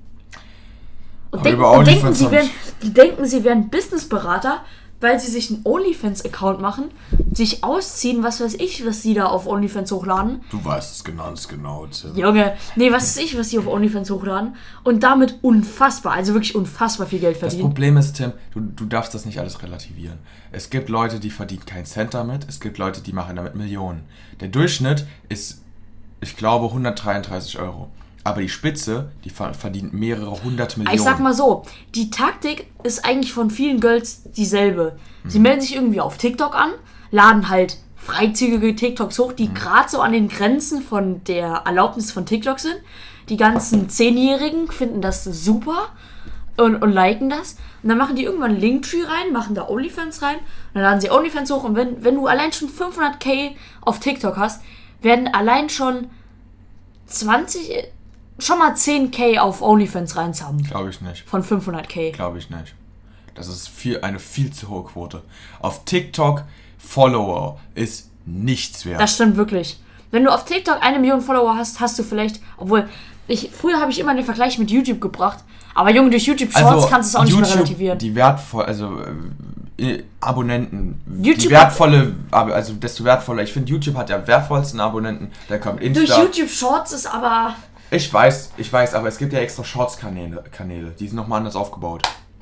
Und, Aber denken, über und denken, OnlyFans sie hab wären, ich- die denken, sie wären Businessberater, weil sie sich einen OnlyFans-Account machen, sich ausziehen, was weiß ich, was sie da auf OnlyFans hochladen. Du weißt es ganz genau, Tim. Junge, nee, was weiß ich, was sie auf OnlyFans hochladen. Und damit unfassbar, also wirklich unfassbar viel Geld Das verdienen. Problem ist, Tim, du, du darfst das nicht alles relativieren. Es gibt Leute, die verdienen keinen Cent damit. Es gibt Leute, die machen damit Millionen. Der Durchschnitt ist, ich glaube, hundertdreiunddreißig Euro. Aber die Spitze, die ver- verdient mehrere hundert Millionen. Ich sag mal so, die Taktik ist eigentlich von vielen Girls dieselbe. Sie Mhm. melden sich irgendwie auf TikTok an, laden halt freizügige TikToks hoch, Mhm. die gerade so an den Grenzen von der Erlaubnis von TikTok sind. Die ganzen Zehnjährigen finden das super und, und liken das. Und dann machen die irgendwann einen Linktree rein, machen da OnlyFans rein, und dann laden sie OnlyFans hoch. Und wenn, wenn du allein schon fünfhunderttausend auf TikTok hast, werden allein schon zwanzig, schon mal zehntausend auf OnlyFans reinzahmen. Glaube ich nicht. Von fünfhunderttausend. Glaube ich nicht. Das ist viel, eine viel zu hohe Quote. Auf TikTok Follower ist nichts wert. Das stimmt wirklich. Wenn du auf TikTok eine Million Follower hast, hast du vielleicht, obwohl, ich, früher habe ich immer den Vergleich mit YouTube gebracht, aber Junge, durch YouTube Shorts kannst du es auch nicht mehr relativieren. Die wertvoll, also äh, Abonnenten, YouTube die wertvolle, aber also desto wertvoller. Ich finde, YouTube hat ja wertvollsten Abonnenten. Da kommt Insta. Durch YouTube Shorts ist aber... Ich weiß, ich weiß, aber es gibt ja extra Shorts-Kanäle, Kanäle, die sind nochmal anders aufgebaut.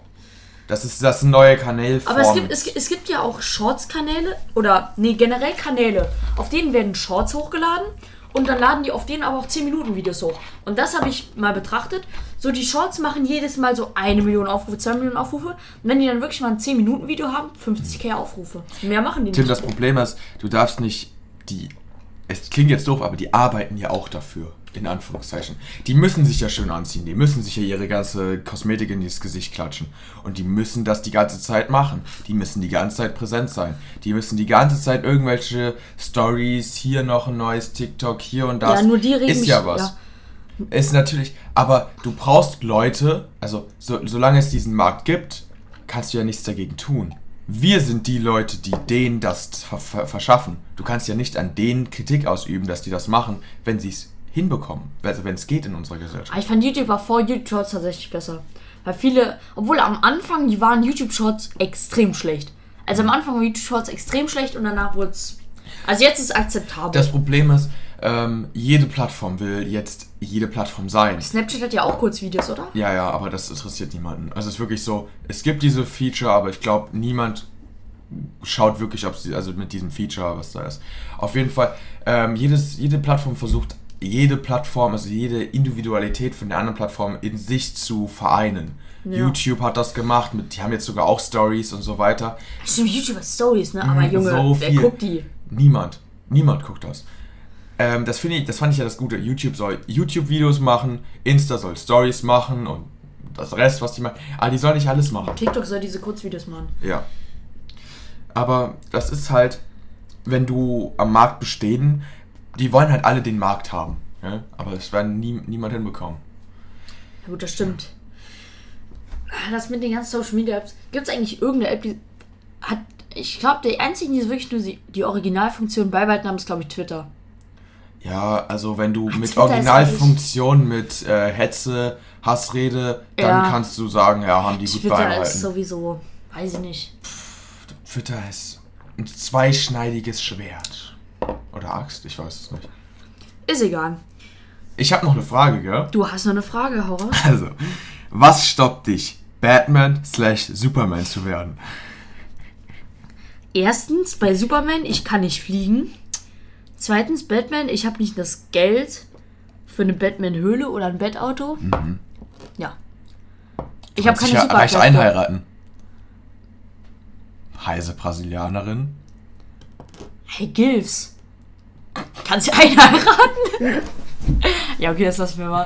Das ist das neue Kanälform. Aber es gibt, es, gibt- es gibt ja auch Shorts-Kanäle, oder, nee, generell Kanäle, auf denen werden Shorts hochgeladen und dann laden die auf denen aber auch zehn Minuten Videos hoch. Und das habe ich mal betrachtet. So, die Shorts machen jedes Mal so eine Million Aufrufe, zwei Millionen Aufrufe. Und wenn die dann wirklich mal ein zehn Minuten Video haben, fünfzigtausend Aufrufe. Mehr machen die Tim, nicht. das Problem ist, du darfst nicht die. Es klingt jetzt doof, aber die arbeiten ja auch dafür. In Anführungszeichen. Die müssen sich ja schön anziehen. Die müssen sich ja ihre ganze Kosmetik in das Gesicht klatschen. Und die müssen das die ganze Zeit machen. Die müssen die ganze Zeit präsent sein. Die müssen die ganze Zeit irgendwelche Stories, hier noch ein neues TikTok, hier und das. Ja, nur die regen Ist mich- ja was. ja. Ist natürlich, aber du brauchst Leute, also so, solange es diesen Markt gibt, kannst du ja nichts dagegen tun. Wir sind die Leute, die denen das ver ver verschaffen. Du kannst ja nicht an denen Kritik ausüben, dass die das machen, wenn sie es hinbekommen. Also wenn es geht in unserer Gesellschaft. Aber ich fand YouTube war vor YouTube Shorts tatsächlich besser. Weil viele, obwohl am Anfang, die waren YouTube Shorts extrem schlecht. Also am Anfang waren YouTube Shorts extrem schlecht und danach wurde es... Also jetzt ist es akzeptabel. Das Problem ist, ähm, jede Plattform will jetzt jede Plattform sein. Snapchat hat ja auch Kurzvideos, oder? Ja, ja, aber das interessiert niemanden. Also es ist wirklich so, es gibt diese Feature, aber ich glaube, niemand schaut wirklich, ob sie, also mit diesem Feature, was da ist. Auf jeden Fall, ähm, jedes, jede Plattform versucht, jede Plattform, also jede Individualität von der anderen Plattform in sich zu vereinen. Ja. YouTube hat das gemacht, mit, die haben jetzt sogar auch Stories und so weiter. Stimmt, YouTube hat Stories, ne? Aber Mhm, Junge, so wer viel. guckt die? Niemand. Niemand guckt das. Ähm, das finde ich, das fand ich ja das Gute. YouTube soll YouTube-Videos machen, Insta soll Stories machen und das Rest, was die machen. Aber die sollen nicht alles machen. TikTok soll diese Kurzvideos machen. Ja. Aber das ist halt, wenn du am Markt bestehen, die wollen halt alle den Markt haben. Ja? Aber das werden nie, niemand hinbekommen. Ja gut, das stimmt. Das mit den ganzen Social Media Apps. Gibt es eigentlich irgendeine App, die hat. Ich glaube, die einzigen, die wirklich nur die, die Originalfunktion beibehalten haben, ist, glaube ich, Twitter. Ja, also wenn du Ach, mit Twitter ist Originalfunktion, mit äh, Hetze, Hassrede, dann Ja. kannst du sagen, ja, haben die gut Twitter beibehalten. ist sowieso, weiß ich nicht. Twitter ist ein zweischneidiges Schwert. Oder Axt, ich weiß es nicht. Ist egal. Ich habe noch eine Frage, gell? Du hast noch eine Frage, hau raus. Also, was stoppt dich, Batman slash Superman zu werden? Erstens, bei Superman, ich kann nicht fliegen. Zweitens, Batman, ich habe nicht das Geld für eine Batman-Höhle oder ein Bettauto. Mhm. Ja. Ich habe keine ja reich Superkräfte. einheiraten. Heise Brasilianerin. Hey, Gilfs. Kannst du einheiraten? Ja, okay, das lassen wir mal.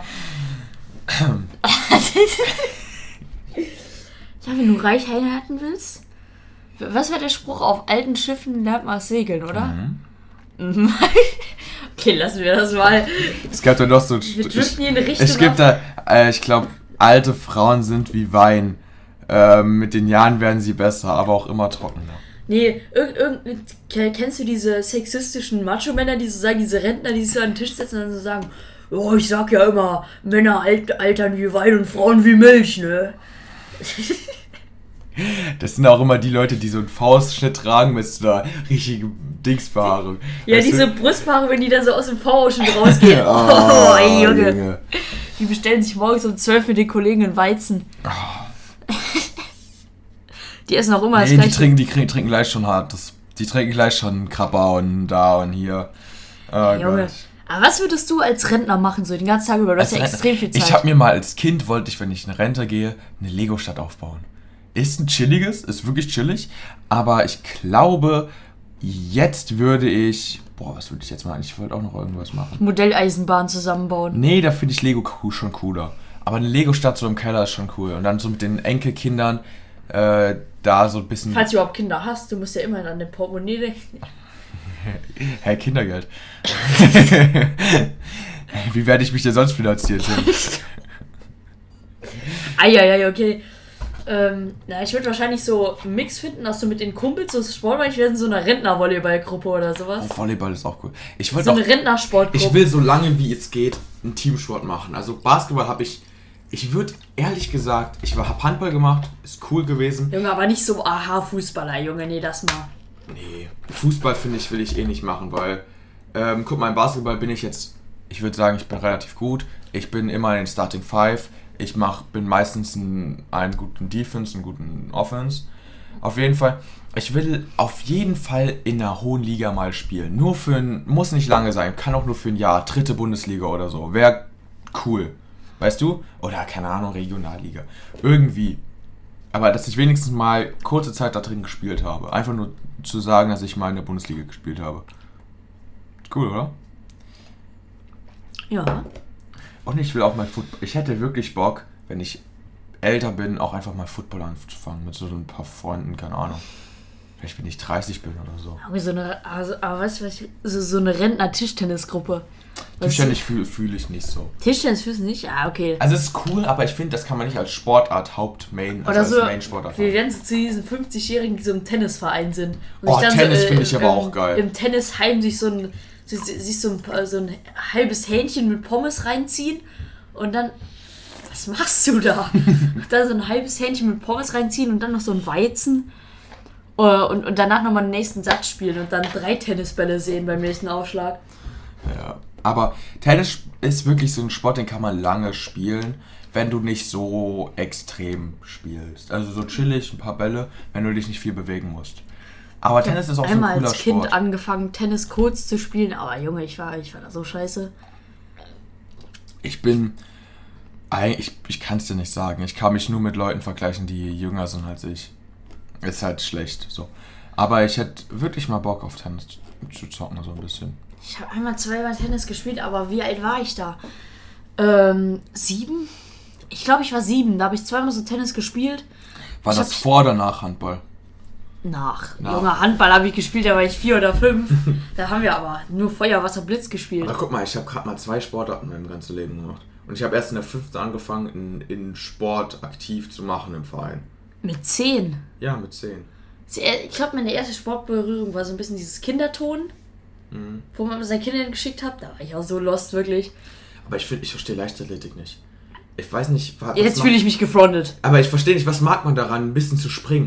Ja, wenn du reich heiraten willst. Was wäre der Spruch? Auf alten Schiffen lernt man segeln, oder? Mhm. Okay, lassen wir das mal. Es gab da noch so... Wir driften hier in eine Richtung. Es gibt da, äh, ich glaube, alte Frauen sind wie Wein. Ähm, mit den Jahren werden sie besser, aber auch immer trockener. Nee, irgend, irgend, kennst du diese sexistischen Macho-Männer, die so sagen, diese Rentner, die sich so an den Tisch setzen und dann so sagen, oh, ich sag ja immer, Männer alt, altern wie Wein und Frauen wie Milch, ne? Das sind auch immer die Leute, die so einen Faustschnitt tragen mit so einer richtigen Dingsbehaarung. Ja, weißt diese du? Brustbehaarung, wenn die dann so aus dem V-Ausschnitt rausgehen. Oh, oh, ey, Junge. Junge. Die bestellen sich morgens um zwölf mit den Kollegen einen Weizen. Oh. Die essen auch immer das Nee, die Gleiche. trinken, die trinken, trinken gleich schon hart. Das, die trinken gleich schon Krabber und da und hier. Oh, Junge. Gott. Aber was würdest du als Rentner machen, so den ganzen Tag über? Du hast ja Als extrem viel Zeit. Ich habe mir mal als Kind, wollte ich, wenn ich in Rente gehe, eine Lego-Stadt aufbauen. Ist ein chilliges, ist wirklich chillig, aber ich glaube, jetzt würde ich... Boah, was würde ich jetzt machen? Ich wollte auch noch irgendwas machen. Modelleisenbahn zusammenbauen. Nee, da finde ich Lego cool, schon cooler. Aber eine Lego-Stadt so im Keller ist schon cool. Und dann so mit den Enkelkindern äh, da so ein bisschen... Falls du überhaupt Kinder hast, du musst ja immer an den Portemonnaie denken. Hey, Kindergeld. Wie werde ich mich denn sonst finanzieren? Eieiei, okay. Ähm, na, ich würde wahrscheinlich so einen Mix finden, dass du mit den Kumpels so Sport machst. Ich werde in so einer Rentner-Volleyball-Gruppe oder sowas. Oh, Volleyball ist auch cool. Ich So wollte eine auch, Rentnersportgruppe. ich will so lange wie es geht einen Teamsport machen. Also Basketball habe ich, ich würde ehrlich gesagt, ich habe Handball gemacht, ist cool gewesen. Junge, aber nicht so, aha, Fußballer, Junge, nee, das mal. Nee, Fußball finde ich, will ich eh nicht machen, weil, ähm, guck mal, im Basketball bin ich jetzt, ich würde sagen, ich bin relativ gut. Ich bin immer in den Starting Five. Ich mach, bin meistens in einen guten Defense, einen guten Offense. Auf jeden Fall, ich will auf jeden Fall in einer hohen Liga mal spielen. Nur für ein, muss nicht lange sein, kann auch nur für ein Jahr. Dritte Bundesliga oder so. Wäre cool. Weißt du? Oder, keine Ahnung, Regionalliga. Irgendwie. Aber dass ich wenigstens mal kurze Zeit da drin gespielt habe. Einfach nur zu sagen, dass ich mal in der Bundesliga gespielt habe. Cool, oder? Ja. Und ich will auch mal Football. Ich hätte wirklich Bock, wenn ich älter bin, auch einfach mal Football anzufangen. Mit so ein paar Freunden, keine Ahnung. Vielleicht wenn ich dreißig bin oder so. Aber so eine, also, aber weißt du, was ich, so, so eine Rentner-Tischtennisgruppe. Tischtennis fühle fühl ich nicht so. Tischtennis fühlst du nicht? Ja, okay. Also es ist cool, aber ich finde, das kann man nicht als Sportart, Haupt-Main, also Oder als so, Main-Sportart wir haben. werden so zu diesen fünfzigjährigen, die so im Tennisverein sind. Und Oh, sich dann Tennis so, äh, finde ich aber im, auch geil. Im Tennisheim sich so ein, sich, sich so, ein, so ein halbes Hähnchen mit Pommes reinziehen und dann, was machst du da? Da so ein halbes Hähnchen mit Pommes reinziehen und dann noch so ein Weizen uh, und, und danach nochmal den nächsten Satz spielen und dann drei Tennisbälle sehen beim nächsten Aufschlag. Ja, aber Tennis ist wirklich so ein Sport, den kann man lange spielen, wenn du nicht so extrem spielst. Also so chillig, ein paar Bälle, wenn du dich nicht viel bewegen musst. Aber Tennis ist auch so ein Einmal cooler als Kind Sport. angefangen, Tennis kurz zu spielen, aber Junge, ich war, ich war da so scheiße. Ich bin, ich, ich kann es dir nicht sagen. Ich kann mich nur mit Leuten vergleichen, die jünger sind als ich. Ist halt schlecht, so. Aber ich hätte wirklich mal Bock auf Tennis zu zocken, so ein bisschen. Ich habe einmal zweimal Tennis gespielt, aber wie alt war ich da? Ähm, sieben? Ich glaube, ich war sieben. Da habe ich zweimal so Tennis gespielt. War Ich das hab- vor oder nach Handball? Nach. Nach. Junge, Handball habe ich gespielt, da war ich vier oder fünf. Da haben wir aber nur Feuer, Wasser, Blitz gespielt. Aber guck mal, ich habe gerade mal zwei Sportarten in meinem ganzen Leben gemacht. Und ich habe erst in der fünften angefangen, in, in Sport aktiv zu machen im Verein. Mit zehn. Ja, mit zehn. Ich glaube, meine erste Sportberührung war so ein bisschen dieses Kinderton, Mhm. wo man seine Kinder geschickt hat. Da war ich auch so lost, wirklich. Aber ich finde, ich verstehe Leichtathletik nicht. Ich weiß nicht, was Jetzt macht- fühle ich mich gefrontet. Aber ich verstehe nicht, was mag man daran, ein bisschen zu springen?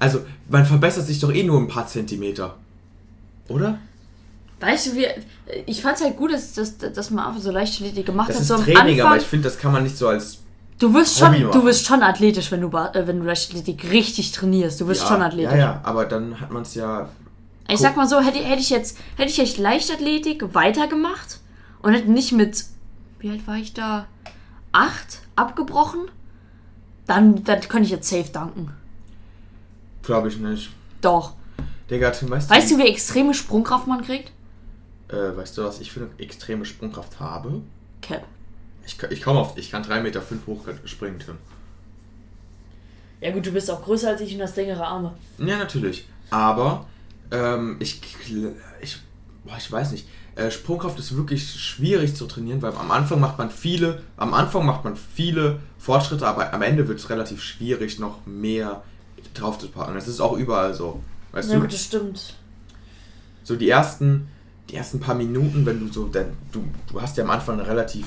Also, man verbessert sich doch eh nur ein paar Zentimeter. Oder? Weißt du, wie, ich fand es halt gut, dass, dass, dass man einfach so Leichtathletik gemacht das hat. Ist so am Training, Anfang, aber ich finde, das kann man nicht so als du wirst Hobby schon, machen. du wirst schon athletisch, wenn du, äh, wenn du Leichtathletik richtig trainierst. Du wirst ja, schon athletisch. Ja, ja, aber dann hat man es ja... Ich sag mal so, hätte, hätte ich jetzt, hätte ich echt Leichtathletik weitergemacht und hätte nicht mit, wie alt war ich da, acht abgebrochen, dann, dann könnte ich jetzt safe danken. Glaube ich nicht. Doch. Digga, Tim, weißt, weißt du... du, wie extreme Sprungkraft man kriegt? Äh, weißt du, was ich für eine extreme Sprungkraft habe? Cap. Ich, ich komme auf... Ich kann drei Meter fünf hoch springen, Tim. Ja gut, du bist auch größer als ich und hast längere Arme. Ja, natürlich. Aber, ähm, ich... Ich, boah, ich weiß nicht. Äh, Sprungkraft ist wirklich schwierig zu trainieren, weil am Anfang macht man viele... Am Anfang macht man viele Fortschritte, aber am Ende wird es relativ schwierig, noch mehr drauf zu packen. Das ist auch überall so. Weißt ja, du? gut, das stimmt. So die ersten... Die ersten paar Minuten, wenn du so... Denn du, du hast ja am Anfang eine relativ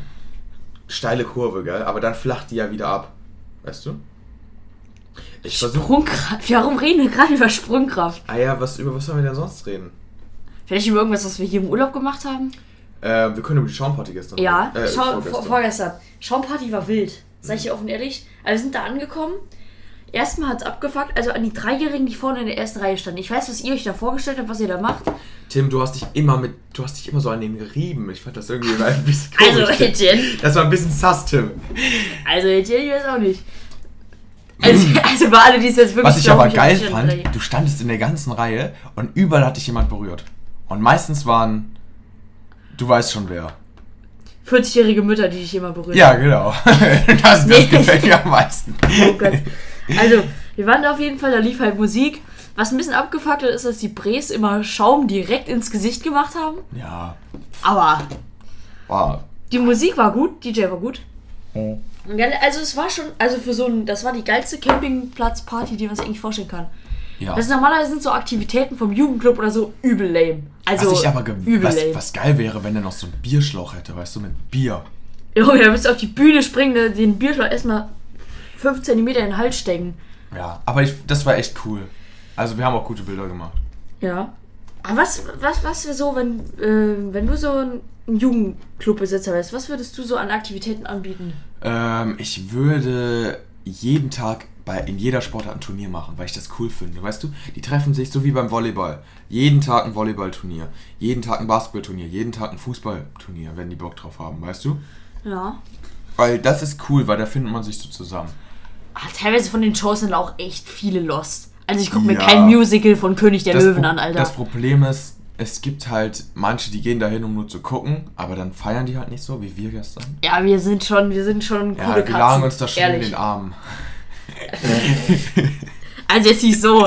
steile Kurve, gell? Aber dann flacht die ja wieder ab. Weißt du? Ich versuch, Sprungkraft? Warum reden wir gerade über Sprungkraft? Ah ja, was, über was sollen wir denn sonst reden? Vielleicht über irgendwas, was wir hier im Urlaub gemacht haben? Äh, wir können über die Schaumparty gestern Ja, reden. Äh, Schau, vorgestern. vor, vorgestern. Schaumparty war wild. Sag ich dir offen ehrlich. Also wir sind da angekommen. Erstmal hat's abgefuckt, also an die Dreijährigen, die vorne in der ersten Reihe standen. Ich weiß, was ihr euch da vorgestellt habt, was ihr da macht. Tim, du hast dich immer mit, du hast dich immer so an den gerieben. Ich fand das irgendwie mal ein bisschen Also, komisch. Etienne. Das war ein bisschen sass, Tim. Also, Etienne, ich weiß auch nicht. Also, also bei alle, die es jetzt wirklich Was ich glauben, aber ich geil hab mich an fand, Reihe- du standest in der ganzen Reihe und überall hat dich jemand berührt. Und meistens waren, du weißt schon wer. vierzig-jährige Mütter, die dich immer berühren. Ja, genau. Das, das gefällt mir am meisten. Oh Gott. Also, wir waren da auf jeden Fall, da lief halt Musik. Was ein bisschen abgefuckt hat, ist, dass die Bres immer Schaum direkt ins Gesicht gemacht haben. Ja. Aber Wow. die Musik war gut, D J war gut. Oh. Ja, also es war schon, also für so ein, das war die geilste Campingplatzparty, die man sich eigentlich vorstellen kann. Ja. Das normalerweise sind so Aktivitäten vom Jugendclub oder so übel lame. Also was ich aber ge- übel was, lame. was geil wäre, wenn er noch so einen Bierschlauch hätte, weißt du, mit Bier. Junge, da müsst ihr auf die Bühne springen, den Bierschlauch erstmal fünf Zentimeter in den Hals stecken. Ja, aber ich, das war echt cool. Also wir haben auch gute Bilder gemacht. Ja. Aber was, was, was wäre so, wenn, äh, wenn du so ein Jugendclubbesitzer wärst, was würdest du so an Aktivitäten anbieten? Ähm, ich würde jeden Tag bei, in jeder Sportart ein Turnier machen, weil ich das cool finde. Weißt du, die treffen sich so wie beim Volleyball. Jeden Tag ein Volleyballturnier, jeden Tag ein Basketballturnier, jeden Tag ein Fußballturnier, wenn die Bock drauf haben, weißt du? Ja. Weil das ist cool, weil da findet man sich so zusammen. Ah, teilweise von den Shows sind auch echt viele lost. Also ich gucke mir Ja. kein Musical von König der Das Löwen Pro- an, Alter. Das Problem ist, es gibt halt manche, die gehen dahin, um nur zu gucken, aber dann feiern die halt nicht so, wie wir gestern. Ja, wir sind schon, wir sind schon coole Ja, wir Katzen. lagen uns da schon ehrlich. in den Armen. Also jetzt nicht so.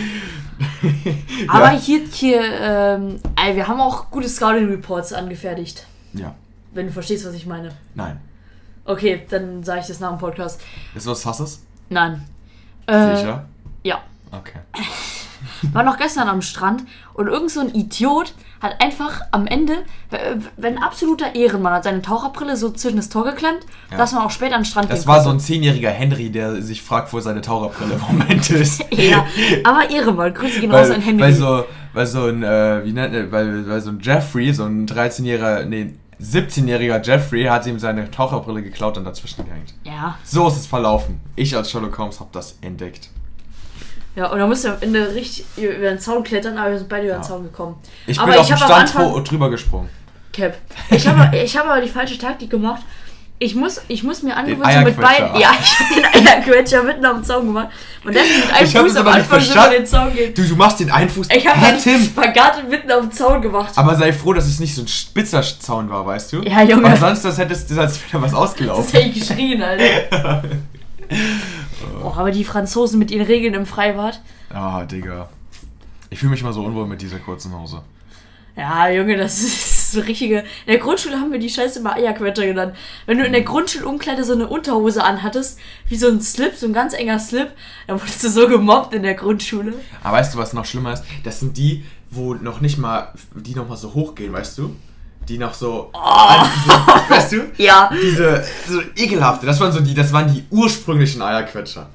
Aber Ja. hier, hier, ähm, ey, wir haben auch gute Scouting-Reports angefertigt. Ja, Wenn du verstehst, was ich meine. nein. Okay, dann sage ich das nach dem Podcast. Ist was Hasses? Nein. Äh, Sicher? Ja. Okay. War noch gestern am Strand und irgend so ein Idiot hat einfach am Ende, wenn ein absoluter Ehrenmann hat seine Taucherbrille so zwischen das Tor geklemmt, Ja. dass man auch später an den Strand Das gehen war so konnte. ein zehnjähriger Henry, der sich fragt, wo seine Taucherbrille im Moment ist. Ja, aber Ehrenmann, Grüße gehen raus weil, an Henry. weil so, weil so ein, äh, wie nennt er, weil, weil so ein Jeffrey, so ein dreizehnjähriger, nee, siebzehnjähriger Jeffrey hat ihm seine Taucherbrille geklaut und dazwischen gehängt. Ja. So ist es verlaufen. Ich als Sherlock Holmes habe das entdeckt. Ja, und dann musst du am Ende richtig über den Zaun klettern, aber wir sind beide über den Ja. Zaun gekommen. Ich Aber bin auf ich dem hab am Stand Anfang- vor, drüber gesprungen. Cap. Ich habe ich hab aber die falsche Taktik gemacht. Ich muss, ich muss mir angewöhnen, so mit Eierquetscher. beiden. Ja, ich habe den Eierquetscher mitten am Zaun gemacht. Und dann mit einem Ich hab Fuß das am aber nicht Anfang so über verstanden. den Zaun geht. Du, du machst den Einfuß. Ich habe Hä, einen Tim? Spagat mitten am Zaun gemacht. Aber sei froh, dass es nicht so ein spitzer Zaun war, weißt du? Ja, Junge. Weil sonst das hättest du als wieder was Das ausgelaufen. hätte ich geschrien, Alter. Oh, aber die Franzosen mit ihren Regeln im Freibad. Ah, Digga. Ich fühle mich mal so unwohl mit dieser kurzen Hose. Ja, Junge, das ist so richtige... In der Grundschule haben wir die Scheiße immer Eierquetscher genannt. Wenn du in der Grundschulumkleide so eine Unterhose anhattest, wie so ein Slip, so ein ganz enger Slip, dann wurdest du so gemobbt in der Grundschule. Aber weißt du, was noch schlimmer ist? Das sind die, wo noch nicht mal, die noch mal so hochgehen, weißt du? Die noch so, oh. diese, weißt du? Ja. Diese, so ekelhafte, das waren so die, das waren die ursprünglichen Eierquetscher.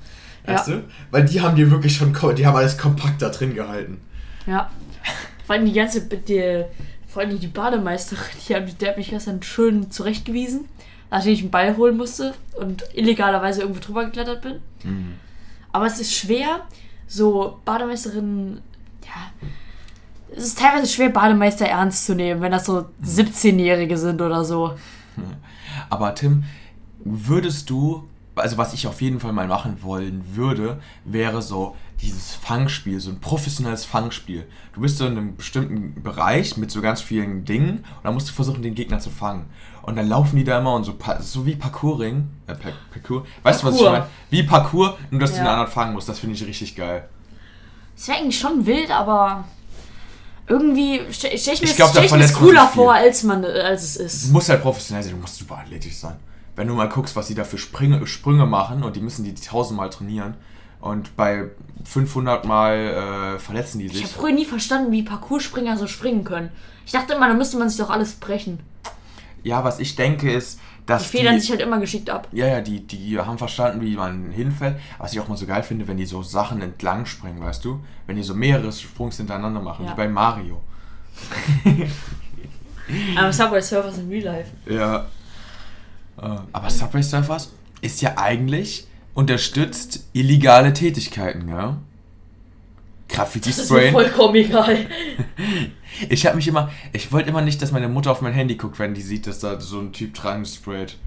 Weißt du? Weil die haben die wirklich schon, die haben alles kompakt da drin gehalten. Ja. Vor allem die ganze, die, vor allem die Bademeisterin, die hat, die hat mich gestern schön zurechtgewiesen, nachdem ich einen Ball holen musste und illegalerweise irgendwo drüber geklettert bin. Mhm. Aber es ist schwer, so Bademeisterinnen, ja, es ist teilweise schwer, Bademeister ernst zu nehmen, wenn das so siebzehnjährige sind oder so. Aber Tim, würdest du, also was ich auf jeden Fall mal machen wollen würde, wäre so dieses Fangspiel, so ein professionelles Fangspiel. Du bist so in einem bestimmten Bereich mit so ganz vielen Dingen und dann musst du versuchen, den Gegner zu fangen. Und dann laufen die da immer und so, so wie Parkouring, äh, Parkour, weißt du, was ich meine? Wie Parkour, nur dass ja. du den anderen fangen musst. Das finde ich richtig geil. Das wäre eigentlich schon wild, aber irgendwie stelle ich, stell ich mir ich glaub, das stell cooler vor, als, man, als es ist. Du musst halt professionell sein, du musst super athletisch sein. Wenn du mal guckst, was die da für Sprünge, Sprünge machen und die müssen die tausendmal trainieren und bei fünfhundert Mal äh, verletzen die sich. Ich habe früher nie verstanden, wie Parkourspringer so springen können. Ich dachte immer, da müsste man sich doch alles brechen. Ja, was ich denke ist, dass die federn die, sich halt immer geschickt ab. Ja, ja, die, die haben verstanden, wie man hinfällt. Was ich auch mal so geil finde, wenn die so Sachen entlang springen, weißt du? Wenn die so mehrere Sprungs hintereinander machen, ja. wie bei Mario. Aber Subway Surfers in Real Life. Ja. Aber Subway Surfers ist ja eigentlich unterstützt illegale Tätigkeiten, ja? Graffiti-Sprayen. Das ist mir vollkommen egal. Ich hab mich immer, ich wollte immer nicht, dass meine Mutter auf mein Handy guckt, wenn die sieht, dass da so ein Typ dran sprayt.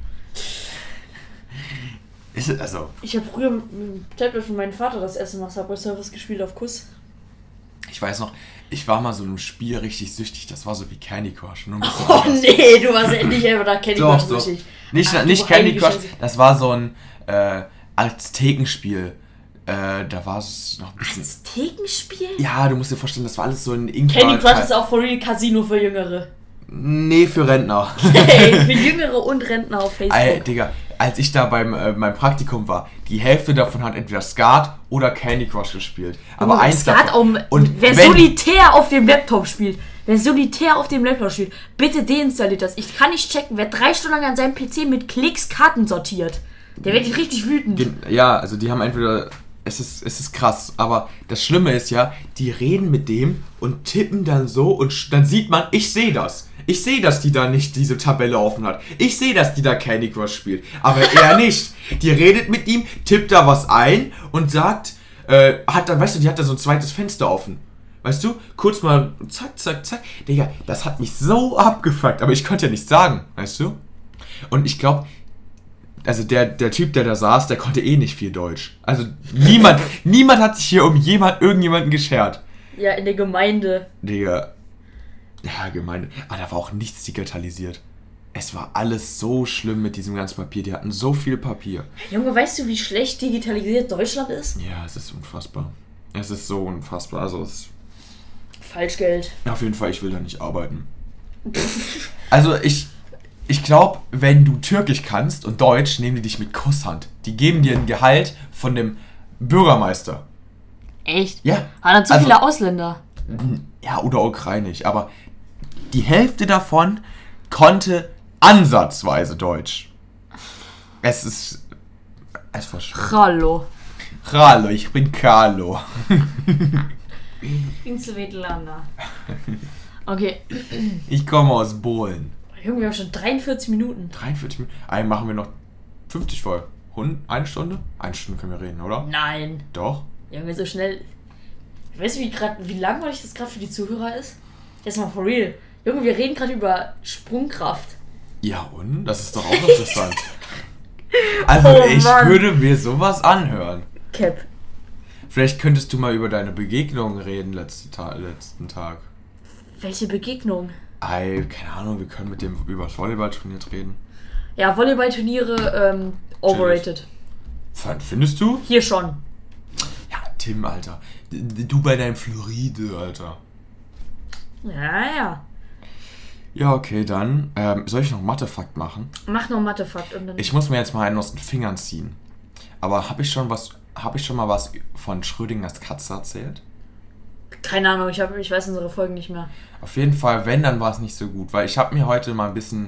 Ist es also? Ich habe früher mit dem Tablet von meinem Vater das erste Mal Subway Surfers gespielt auf Kuss. Ich weiß noch, ich war mal so einem Spiel richtig süchtig, das war so wie Candy Crush. Nur ein oh anders. Nee, du warst endlich einfach nach Candy Crush süchtig. Nicht, Ach, nicht Candy Crush, das war so ein äh, Aztekenspiel. Äh, da war es noch ein bisschen... Aztekenspiel? Ja, du musst dir vorstellen, das war alles so ein Inka... Candy Crush ist auch for real Casino für Jüngere. Nee, für Rentner. Hey, für Jüngere und Rentner auf Facebook. Ey, Digga, als ich da beim äh, meinem Praktikum war, die Hälfte davon hat entweder Skat oder Candy Crush gespielt. Aber oh, eins Skat davon... Um, und wer wenn, solitär auf dem Laptop spielt, wer solitär auf dem Laptop spielt, bitte deinstalliert das. Ich kann nicht checken, wer drei Stunden lang an seinem P C mit Klicks Karten sortiert. Der wird richtig wütend. Ja, also die haben entweder... Es ist, es ist krass, aber das Schlimme ist ja, die reden mit dem und tippen dann so und dann sieht man, ich sehe das. Ich sehe, dass die da nicht diese Tabelle offen hat. Ich sehe, dass die da Candy Crush spielt. Aber er nicht. Die redet mit ihm, tippt da was ein und sagt, äh, hat dann, weißt du, die hat da so ein zweites Fenster offen. Weißt du, kurz mal zack, zack, zack. Digga, das hat mich so abgefuckt, aber ich konnte ja nichts sagen, weißt du? Und ich glaube, also der, der Typ, der da saß, der konnte eh nicht viel Deutsch. Also niemand, niemand hat sich hier um jemand, irgendjemanden geschert. Ja, in der Gemeinde. Digga. Ja, Gemeinde. Aber da war auch nichts digitalisiert. Es war alles so schlimm mit diesem ganzen Papier. Die hatten so viel Papier. Junge, weißt du, wie schlecht digitalisiert Deutschland ist? Ja, es ist unfassbar. Es ist so unfassbar. Also es Falschgeld. Auf jeden Fall, ich will da nicht arbeiten. Also ich... Ich glaube, wenn du Türkisch kannst und Deutsch, nehmen die dich mit Kusshand. Die geben dir ein Gehalt von dem Bürgermeister. Echt? Ja. Haben dann zu also, viele Ausländer. Ja, oder ukrainisch. Aber die Hälfte davon konnte ansatzweise Deutsch. Es ist... Es war schlimm. Hallo. Hallo, ich bin Carlo. Ich bin Svetlana. Okay. Ich komme aus Polen. Junge, wir haben schon dreiundvierzig Minuten. dreiundvierzig Minuten? Einen machen wir noch fünfzig voll. Eine Stunde? Eine Stunde können wir reden, oder? Nein. Doch? Junge, so schnell... Weißt du, wie, grad, wie langweilig das gerade für die Zuhörer ist? Jetzt mal for real. Junge, wir reden gerade über Sprungkraft. Ja und? Das ist doch auch interessant. Also oh, ich Mann. würde mir sowas anhören. Cap. Vielleicht könntest du mal über deine Begegnung reden letzten, Ta- letzten Tag. Welche Begegnung? Ey, keine Ahnung, wir können mit dem über das Volleyballturnier reden. Ja, Volleyballturniere, ähm, overrated. Findest du? Hier schon. Ja, Tim, Alter. Du bei deinem Floride, Alter. Ja, ja. Ja, okay, dann. Ähm, soll ich noch Mathefakt machen? Mach noch Mathefakt und dann... Ich muss mir jetzt mal einen aus den Fingern ziehen. Aber habe ich schon was, habe ich schon mal was von Schrödingers Katze erzählt? Keine Ahnung, ich, hab, ich weiß unsere Folgen nicht mehr. Auf jeden Fall, wenn, dann war es nicht so gut. Weil ich habe mir heute mal ein bisschen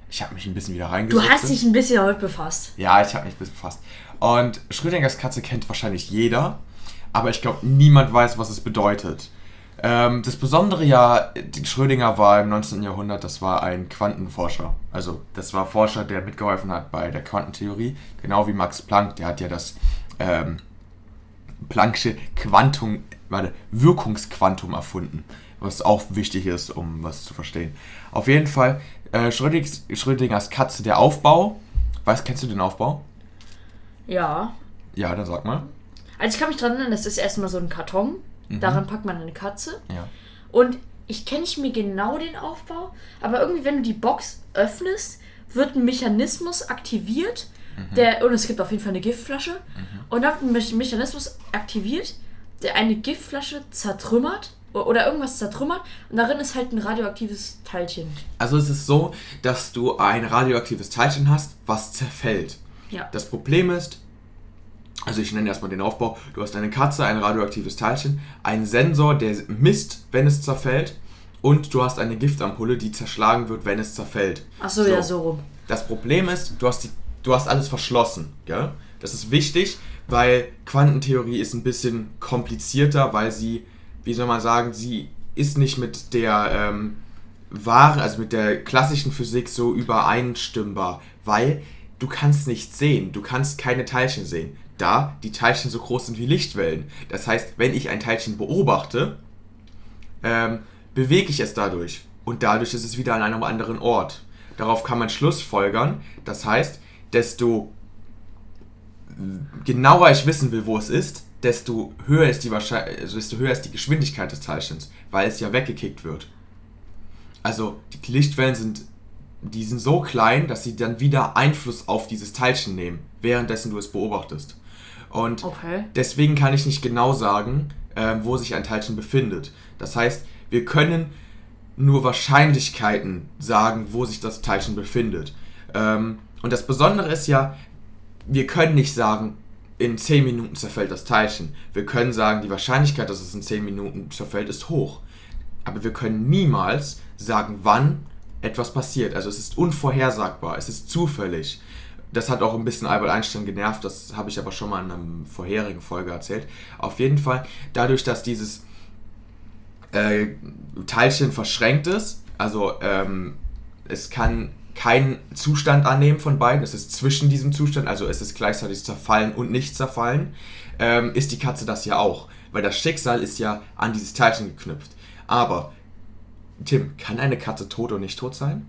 Ich habe mich ein bisschen wieder Du reingesetzt. hast dich ein bisschen damit befasst. Ja, ich habe mich ein bisschen befasst. Und Schrödingers Katze kennt wahrscheinlich jeder, aber ich glaube, niemand weiß, was es bedeutet. Ähm, das Besondere ja, Schrödinger war im neunzehnten. Jahrhundert, das war ein Quantenforscher. Also, das war Forscher, der mitgeholfen hat bei der Quantentheorie. Genau wie Max Planck, der hat ja das ähm, Planck'sche Quantum, warte, Wirkungsquantum erfunden. Was auch wichtig ist, um was zu verstehen. Auf jeden Fall, äh, Schrödingers, Schrödingers Katze, der Aufbau. Weißt, kennst du den Aufbau? Ja. Ja, dann sag mal. Also ich kann mich dran erinnern, das ist erstmal so ein Karton. Mhm. Daran packt man eine Katze. Ja. Und ich kenne nicht mehr genau den Aufbau, aber irgendwie, wenn du die Box öffnest, wird ein Mechanismus aktiviert. Mhm. Der, und es gibt auf jeden Fall eine Giftflasche. Mhm. Und dann wird ein Mechanismus aktiviert, der eine Giftflasche zertrümmert. Oder irgendwas zertrümmert. Und darin ist halt ein radioaktives Teilchen. Also es ist so, dass du ein radioaktives Teilchen hast, was zerfällt. Ja. Das Problem ist, also ich nenne erstmal den Aufbau, du hast eine Katze, ein radioaktives Teilchen, einen Sensor, der misst, wenn es zerfällt, und du hast eine Giftampulle, die zerschlagen wird, wenn es zerfällt. Ach so, so. Ja, so rum. Das Problem ist, du hast, die, du hast alles verschlossen. Gell? Das ist wichtig, weil Quantentheorie ist ein bisschen komplizierter, weil sie, wie soll man sagen, sie ist nicht mit der ähm, wahren, also mit der klassischen Physik so übereinstimmbar, weil du kannst nichts sehen, du kannst keine Teilchen sehen, da die Teilchen so groß sind wie Lichtwellen. Das heißt, wenn ich ein Teilchen beobachte, ähm, bewege ich es dadurch und dadurch ist es wieder an einem anderen Ort. Darauf kann man schlussfolgern, das heißt, desto genauer ich wissen will, wo es ist, desto höher ist die Wahrscheinlich- also desto höher ist die Geschwindigkeit des Teilchens, weil es ja weggekickt wird. Also die Lichtwellen sind, die sind so klein, dass sie dann wieder Einfluss auf dieses Teilchen nehmen, währenddessen du es beobachtest. Und okay. Deswegen kann ich nicht genau sagen, äh, wo sich ein Teilchen befindet. Das heißt, wir können nur Wahrscheinlichkeiten sagen, wo sich das Teilchen befindet. Ähm, und das Besondere ist ja, wir können nicht sagen, in zehn Minuten zerfällt das Teilchen. Wir können sagen, die Wahrscheinlichkeit, dass es in zehn Minuten zerfällt, ist hoch. Aber wir können niemals sagen, wann etwas passiert. Also es ist unvorhersagbar, es ist zufällig. Das hat auch ein bisschen Albert Einstein genervt, das habe ich aber schon mal in einer vorherigen Folge erzählt. Auf jeden Fall, dadurch, dass dieses äh, Teilchen verschränkt ist, also ähm, es kann keinen Zustand annehmen von beiden, es ist zwischen diesem Zustand, also es ist gleichzeitig zerfallen und nicht zerfallen, ähm, ist die Katze das ja auch. Weil das Schicksal ist ja an dieses Teilchen geknüpft. Aber, Tim, kann eine Katze tot oder nicht tot sein?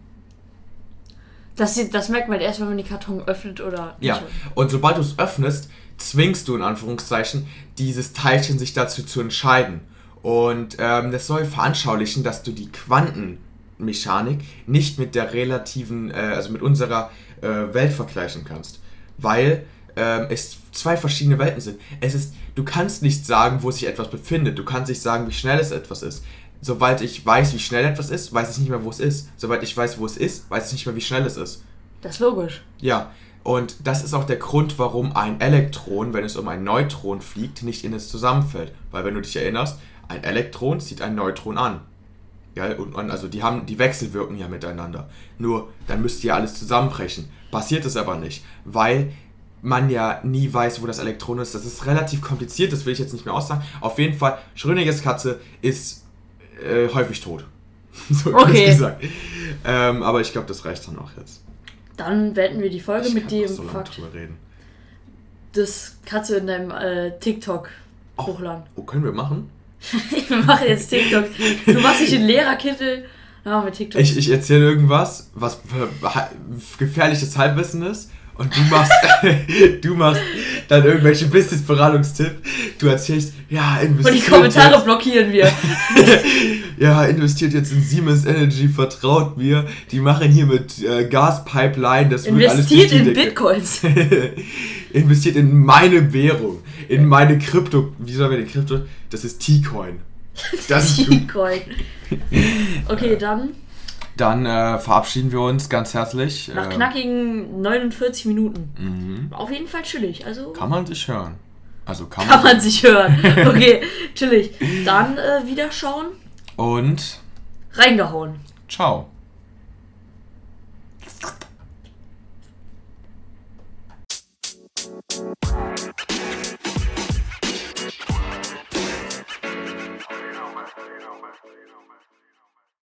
Das, das merkt man erst, wenn man die Karton öffnet oder nicht. Ja, und sobald du es öffnest, zwingst du in Anführungszeichen dieses Teilchen sich dazu zu entscheiden. Und ähm, das soll veranschaulichen, dass du die Quantenmechanik nicht mit der relativen, äh, also mit unserer äh, Welt vergleichen kannst. Weil ähm, es zwei verschiedene Welten sind. Es ist, du kannst nicht sagen, wo sich etwas befindet. Du kannst nicht sagen, wie schnell es etwas ist. Sobald ich weiß, wie schnell etwas ist, weiß ich nicht mehr, wo es ist. Sobald ich weiß, wo es ist, weiß ich nicht mehr, wie schnell es ist. Das ist logisch. Ja, und das ist auch der Grund, warum ein Elektron, wenn es um ein Neutron fliegt, nicht in es zusammenfällt. Weil wenn du dich erinnerst, ein Elektron zieht ein Neutron an. Ja, und, und also die haben, die wechselwirken ja miteinander. Nur, dann müsste ja alles zusammenbrechen. Passiert es aber nicht, weil man ja nie weiß, wo das Elektron ist. Das ist relativ kompliziert, das will ich jetzt nicht mehr aussagen. Auf jeden Fall, Schrödingers Katze ist äh, häufig tot. So okay. kurz gesagt. Ähm, aber ich glaube, das reicht dann auch jetzt. Dann beenden wir die Folge ich mit kann dem auch so lange Fakt, drüber reden. das Katze in deinem äh, TikTok Oh, hochladen. oh, können wir machen? Ich mache jetzt TikTok. Du machst dich in Lehrerkittel, dann machen wir TikTok. Ich, ich erzähle irgendwas, was gefährliches Halbwissen ist. Und du machst, du machst dann irgendwelche Business-Beratungstipps. Du erzählst, ja, investiert. Und die Kommentare jetzt. blockieren wir. Ja, investiert jetzt in Siemens Energy, vertraut mir. Die machen hier mit äh, Gaspipeline, das wird alles Investiert in Decke. Bitcoins. Investiert in meine Währung, in meine Krypto. Wie soll man den Krypto? Das ist T-Coin. Das ist gut. T-Coin. Okay, dann. Dann äh, verabschieden wir uns ganz herzlich. Nach äh, knackigen neunundvierzig Minuten. Mhm. Auf jeden Fall chillig. Also Kann man sich hören. Also kann, kann man sich hören. Okay, chillig. Dann äh, wieder schauen. Und Reingehauen. ciao.